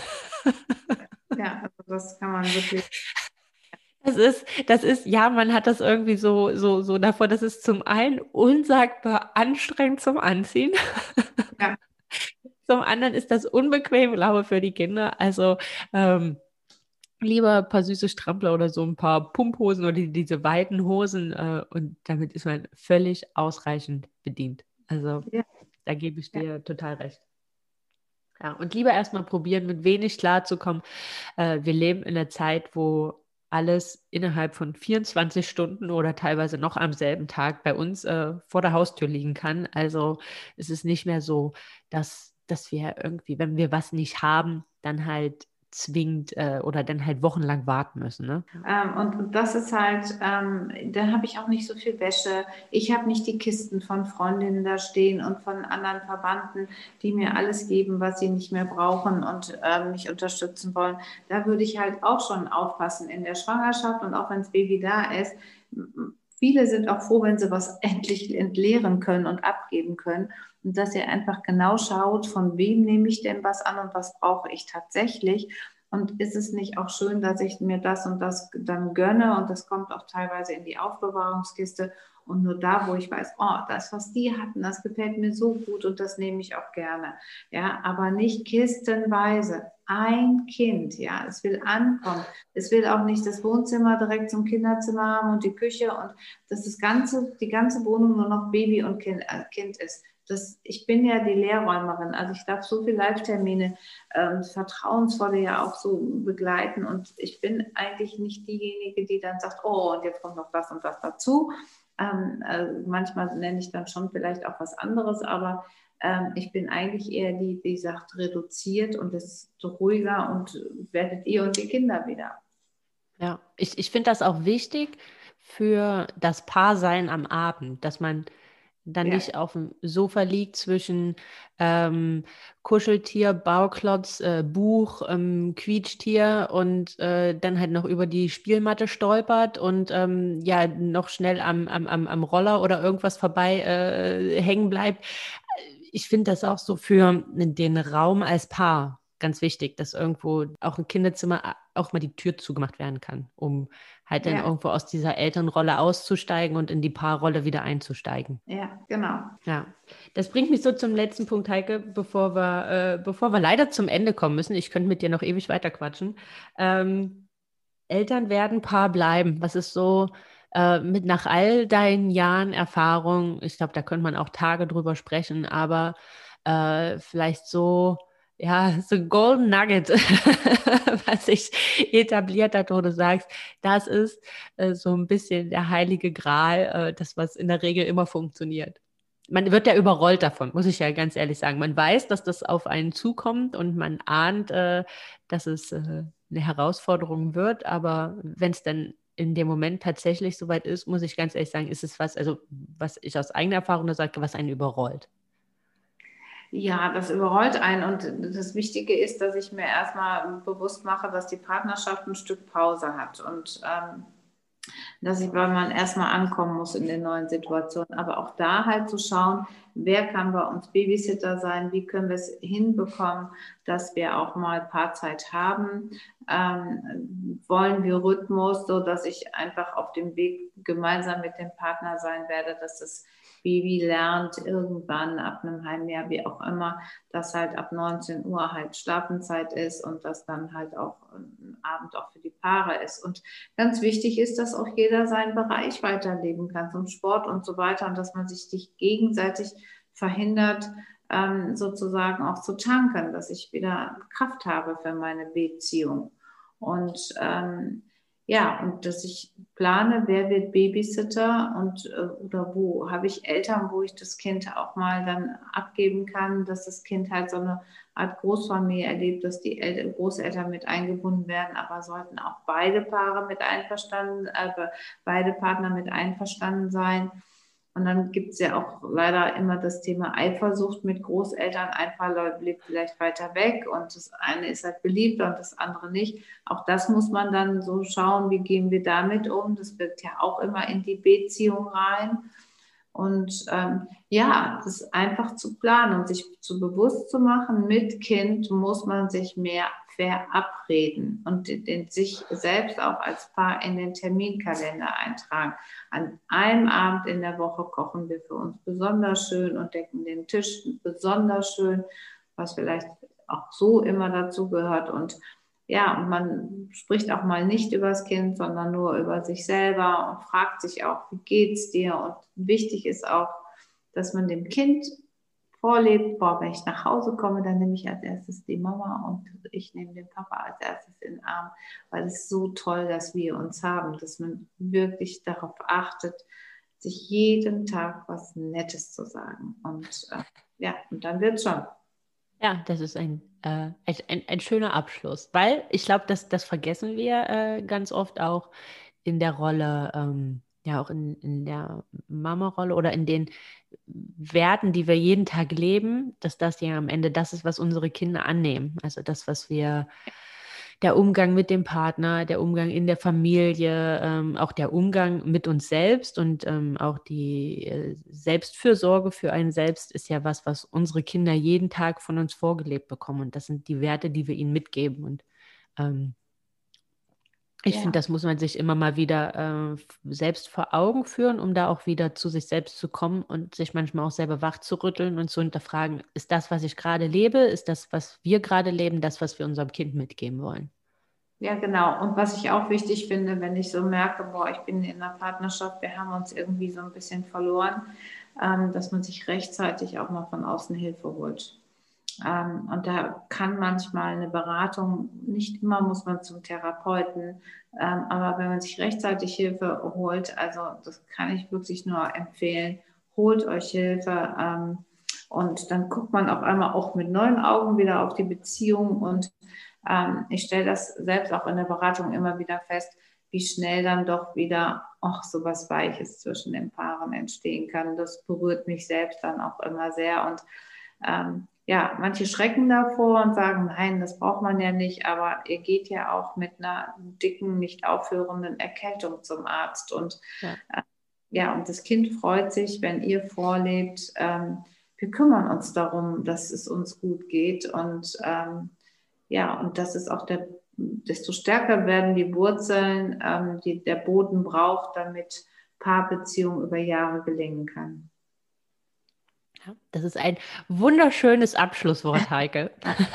Speaker 2: ja, also das kann man wirklich,
Speaker 1: Das ist, das ist, ja, man hat das irgendwie so, so, so davor, das ist zum einen unsagbar anstrengend zum Anziehen.
Speaker 2: ja,
Speaker 1: Zum anderen ist das unbequem, glaube ich, für die Kinder. Also, ähm, lieber ein paar süße Strampler oder so ein paar Pumphosen oder die, diese weiten Hosen äh, und damit ist man völlig ausreichend bedient. Also
Speaker 2: ja,
Speaker 1: da gebe ich
Speaker 2: ja,
Speaker 1: dir total recht. Ja, und lieber erstmal probieren, mit wenig klarzukommen. Äh, wir leben in einer Zeit, wo alles innerhalb von vierundzwanzig Stunden oder teilweise noch am selben Tag bei uns äh, vor der Haustür liegen kann. Also es ist nicht mehr so, dass, dass wir irgendwie, wenn wir was nicht haben, dann halt zwingend äh, oder dann halt wochenlang warten müssen, ne?
Speaker 2: Ähm, und, und das ist halt, ähm, da habe ich auch nicht so viel Wäsche. Ich habe nicht die Kisten von Freundinnen da stehen und von anderen Verwandten, die mir alles geben, was sie nicht mehr brauchen und ähm, mich unterstützen wollen. Da würde ich halt auch schon aufpassen in der Schwangerschaft und auch wenn das Baby da ist. Viele sind auch froh, wenn sie was endlich entleeren können und abgeben können. Und dass ihr einfach genau schaut, von wem nehme ich denn was an und was brauche ich tatsächlich. Und ist es nicht auch schön, dass ich mir das und das dann gönne und das kommt auch teilweise in die Aufbewahrungskiste und nur da, wo ich weiß, oh, das, was die hatten, das gefällt mir so gut und das nehme ich auch gerne. Ja, aber nicht kistenweise. Ein Kind, ja, es will ankommen. Es will auch nicht das Wohnzimmer direkt zum Kinderzimmer haben und die Küche und dass das ganze, die ganze Wohnung nur noch Baby und Kind, äh, Kind ist. Das, ich bin ja die Lehrräumerin, also ich darf so viele Live-Termine ähm, vertrauensvolle ja auch so begleiten und ich bin eigentlich nicht diejenige, die dann sagt, oh, und jetzt kommt noch das und das dazu. Ähm, also manchmal nenne ich dann schon vielleicht auch was anderes, aber ähm, ich bin eigentlich eher die, die sagt, reduziert und ist so ruhiger und werdet ihr und die Kinder wieder.
Speaker 1: Ja, ich, ich finde das auch wichtig für das Paarsein am Abend, dass man dann
Speaker 2: Ja.
Speaker 1: nicht auf dem Sofa liegt zwischen ähm, Kuscheltier, Bauklotz, äh, Buch, ähm, Quietschtier und äh, dann halt noch über die Spielmatte stolpert und ähm, ja noch schnell am, am, am, am Roller oder irgendwas vorbei äh, hängen bleibt. Ich finde das auch so für den Raum als Paar ganz wichtig, dass irgendwo auch ein Kinderzimmer auch mal die Tür zugemacht werden kann, um halt dann
Speaker 2: Ja.
Speaker 1: irgendwo aus dieser Elternrolle auszusteigen und in die Paarrolle wieder einzusteigen.
Speaker 2: Ja, genau.
Speaker 1: Ja, das bringt mich so zum letzten Punkt, Heike, bevor wir, äh, bevor wir leider zum Ende kommen müssen. Ich könnte mit dir noch ewig weiter quatschen. Ähm, Eltern werden, Paar bleiben. Was ist so äh, mit nach all deinen Jahren Erfahrung? Ich glaube, da könnte man auch Tage drüber sprechen, aber äh, vielleicht so, ja, so ein Golden Nugget, was sich etabliert hat, wo du sagst, das ist äh, so ein bisschen der heilige Gral, äh, das, was in der Regel immer funktioniert. Man wird ja überrollt davon, muss ich ja ganz ehrlich sagen. Man weiß, dass das auf einen zukommt und man ahnt, äh, dass es äh, eine Herausforderung wird, aber wenn es dann in dem Moment tatsächlich soweit ist, muss ich ganz ehrlich sagen, ist es was, also was ich aus eigener Erfahrung nur sage, was einen überrollt.
Speaker 2: Ja, das überrollt einen und das Wichtige ist, dass ich mir erstmal bewusst mache, dass die Partnerschaft ein Stück Pause hat und ähm, dass ich, weil man erstmal ankommen muss in den neuen Situationen, aber auch da halt zu schauen, wer kann bei uns Babysitter sein, wie können wir es hinbekommen, dass wir auch mal Paarzeit haben, ähm, wollen wir Rhythmus, so dass ich einfach auf dem Weg gemeinsam mit dem Partner sein werde, dass das Baby lernt irgendwann ab einem halben Jahr, wie auch immer, dass halt ab neunzehn Uhr halt Schlafenszeit ist und dass dann halt auch ein Abend auch für die Paare ist. Und ganz wichtig ist, dass auch jeder seinen Bereich weiterleben kann, zum Sport und so weiter und dass man sich nicht gegenseitig verhindert, ähm, sozusagen auch zu tanken, dass ich wieder Kraft habe für meine Beziehung. Und ähm, ja, und dass ich plane, wer wird Babysitter und äh, oder wo habe ich Eltern, wo ich das Kind auch mal dann abgeben kann, dass das Kind halt so eine Art Großfamilie erlebt, dass die El- Großeltern mit eingebunden werden, aber sollten auch beide Paare mit einverstanden, äh, beide Partner mit einverstanden sein. Und dann gibt es ja auch leider immer das Thema Eifersucht mit Großeltern. Ein Paar lebt vielleicht weiter weg und das eine ist halt beliebter und das andere nicht. Auch das muss man dann so schauen, wie gehen wir damit um. Das wirkt ja auch immer in die Beziehung rein. Und ähm, ja, das ist einfach zu planen und sich zu bewusst zu machen, mit Kind muss man sich mehr verabreden und den, den sich selbst auch als Paar in den Terminkalender eintragen. An einem Abend in der Woche kochen wir für uns besonders schön und decken den Tisch besonders schön, was vielleicht auch so immer dazu gehört. Und ja, und man spricht auch mal nicht über das Kind, sondern nur über sich selber und fragt sich auch, wie geht's dir? Und wichtig ist auch, dass man dem Kind vorlebt, boah, wenn ich nach Hause komme, dann nehme ich als erstes die Mama und ich nehme den Papa als erstes in den Arm, weil es ist so toll, dass wir uns haben, dass man wirklich darauf achtet, sich jeden Tag was Nettes zu sagen. Und äh, ja, und dann wird's schon.
Speaker 1: Ja, das ist ein, äh, ein, ein schöner Abschluss, weil ich glaube, das, das vergessen wir äh, ganz oft auch in der Rolle, ähm, ja auch in, in der Mama-Rolle oder in den Werten, die wir jeden Tag leben, dass das ja am Ende das ist, was unsere Kinder annehmen. Also das, was wir der Umgang mit dem Partner, der Umgang in der Familie, ähm, auch der Umgang mit uns selbst und ähm, auch die äh, Selbstfürsorge für einen selbst ist ja was, was unsere Kinder jeden Tag von uns vorgelebt bekommen. Und das sind die Werte, die wir ihnen mitgeben. Und Ähm, ich ja. finde, das muss man sich immer mal wieder äh, selbst vor Augen führen, um da auch wieder zu sich selbst zu kommen und sich manchmal auch selber wach zu rütteln und zu hinterfragen, ist das, was ich gerade lebe, ist das, was wir gerade leben, das, was wir unserem Kind mitgeben wollen?
Speaker 2: Ja, genau. Und was ich auch wichtig finde, wenn ich so merke, boah, ich bin in einer Partnerschaft, wir haben uns irgendwie so ein bisschen verloren, ähm, dass man sich rechtzeitig auch mal von außen Hilfe holt. Ähm, und da kann manchmal eine Beratung, nicht immer muss man zum Therapeuten, ähm, aber wenn man sich rechtzeitig Hilfe holt, also das kann ich wirklich nur empfehlen, holt euch Hilfe. Ähm, und dann guckt man auf einmal auch mit neuen Augen wieder auf die Beziehung und ähm, ich stelle das selbst auch in der Beratung immer wieder fest, wie schnell dann doch wieder auch so was Weiches zwischen den Paaren entstehen kann. Das berührt mich selbst dann auch immer sehr. Und ähm, ja, manche schrecken davor und sagen, nein, das braucht man ja nicht, aber ihr geht ja auch mit einer dicken, nicht aufhörenden Erkältung zum Arzt. Und ja, äh, ja und das Kind freut sich, wenn ihr vorlebt. Ähm, wir kümmern uns darum, dass es uns gut geht. Und ähm, ja, und das ist auch der, desto stärker werden die Wurzeln, ähm, die der Boden braucht, damit Paarbeziehung über Jahre gelingen kann.
Speaker 1: Ja, das ist ein wunderschönes Abschlusswort, Heike.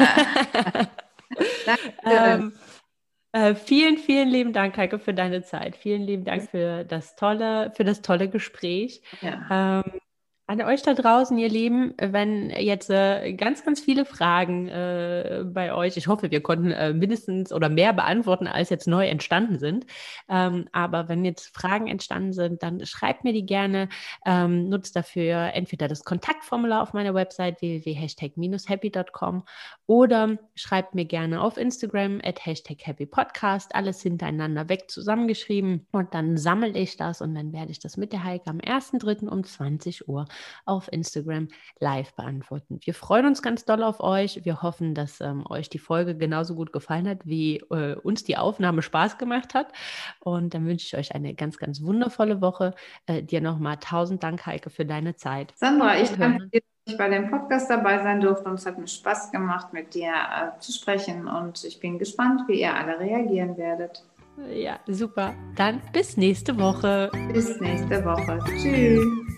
Speaker 1: ähm, äh, vielen, vielen lieben Dank, Heike, für deine Zeit. Vielen lieben Dank für das tolle, für das tolle Gespräch. Ja. Ähm, An euch da draußen, ihr Lieben, wenn jetzt äh, ganz, ganz viele Fragen äh, bei euch, ich hoffe, wir konnten äh, mindestens oder mehr beantworten, als jetzt neu entstanden sind. Ähm, aber wenn jetzt Fragen entstanden sind, dann schreibt mir die gerne. Ähm, nutzt dafür entweder das Kontaktformular auf meiner Website w w w punkt hashtag happy punkt com oder schreibt mir gerne auf Instagram at hashtag happy podcast, alles hintereinander weg zusammengeschrieben und dann sammle ich das und dann werde ich das mit der Heike am ersten dritten um zwanzig Uhr auf Instagram live beantworten. Wir freuen uns ganz doll auf euch. Wir hoffen, dass ähm, euch die Folge genauso gut gefallen hat, wie äh, uns die Aufnahme Spaß gemacht hat. Und dann wünsche ich euch eine ganz, ganz wundervolle Woche. Äh, dir nochmal tausend Dank, Heike, für deine Zeit.
Speaker 2: Sandra, ich danke dir, dass ich bei dem Podcast dabei sein durfte und es hat mir Spaß gemacht, mit dir äh, zu sprechen und ich bin gespannt, wie ihr alle reagieren werdet.
Speaker 1: Ja, super. Dann bis nächste Woche.
Speaker 2: Bis nächste Woche. Tschüss.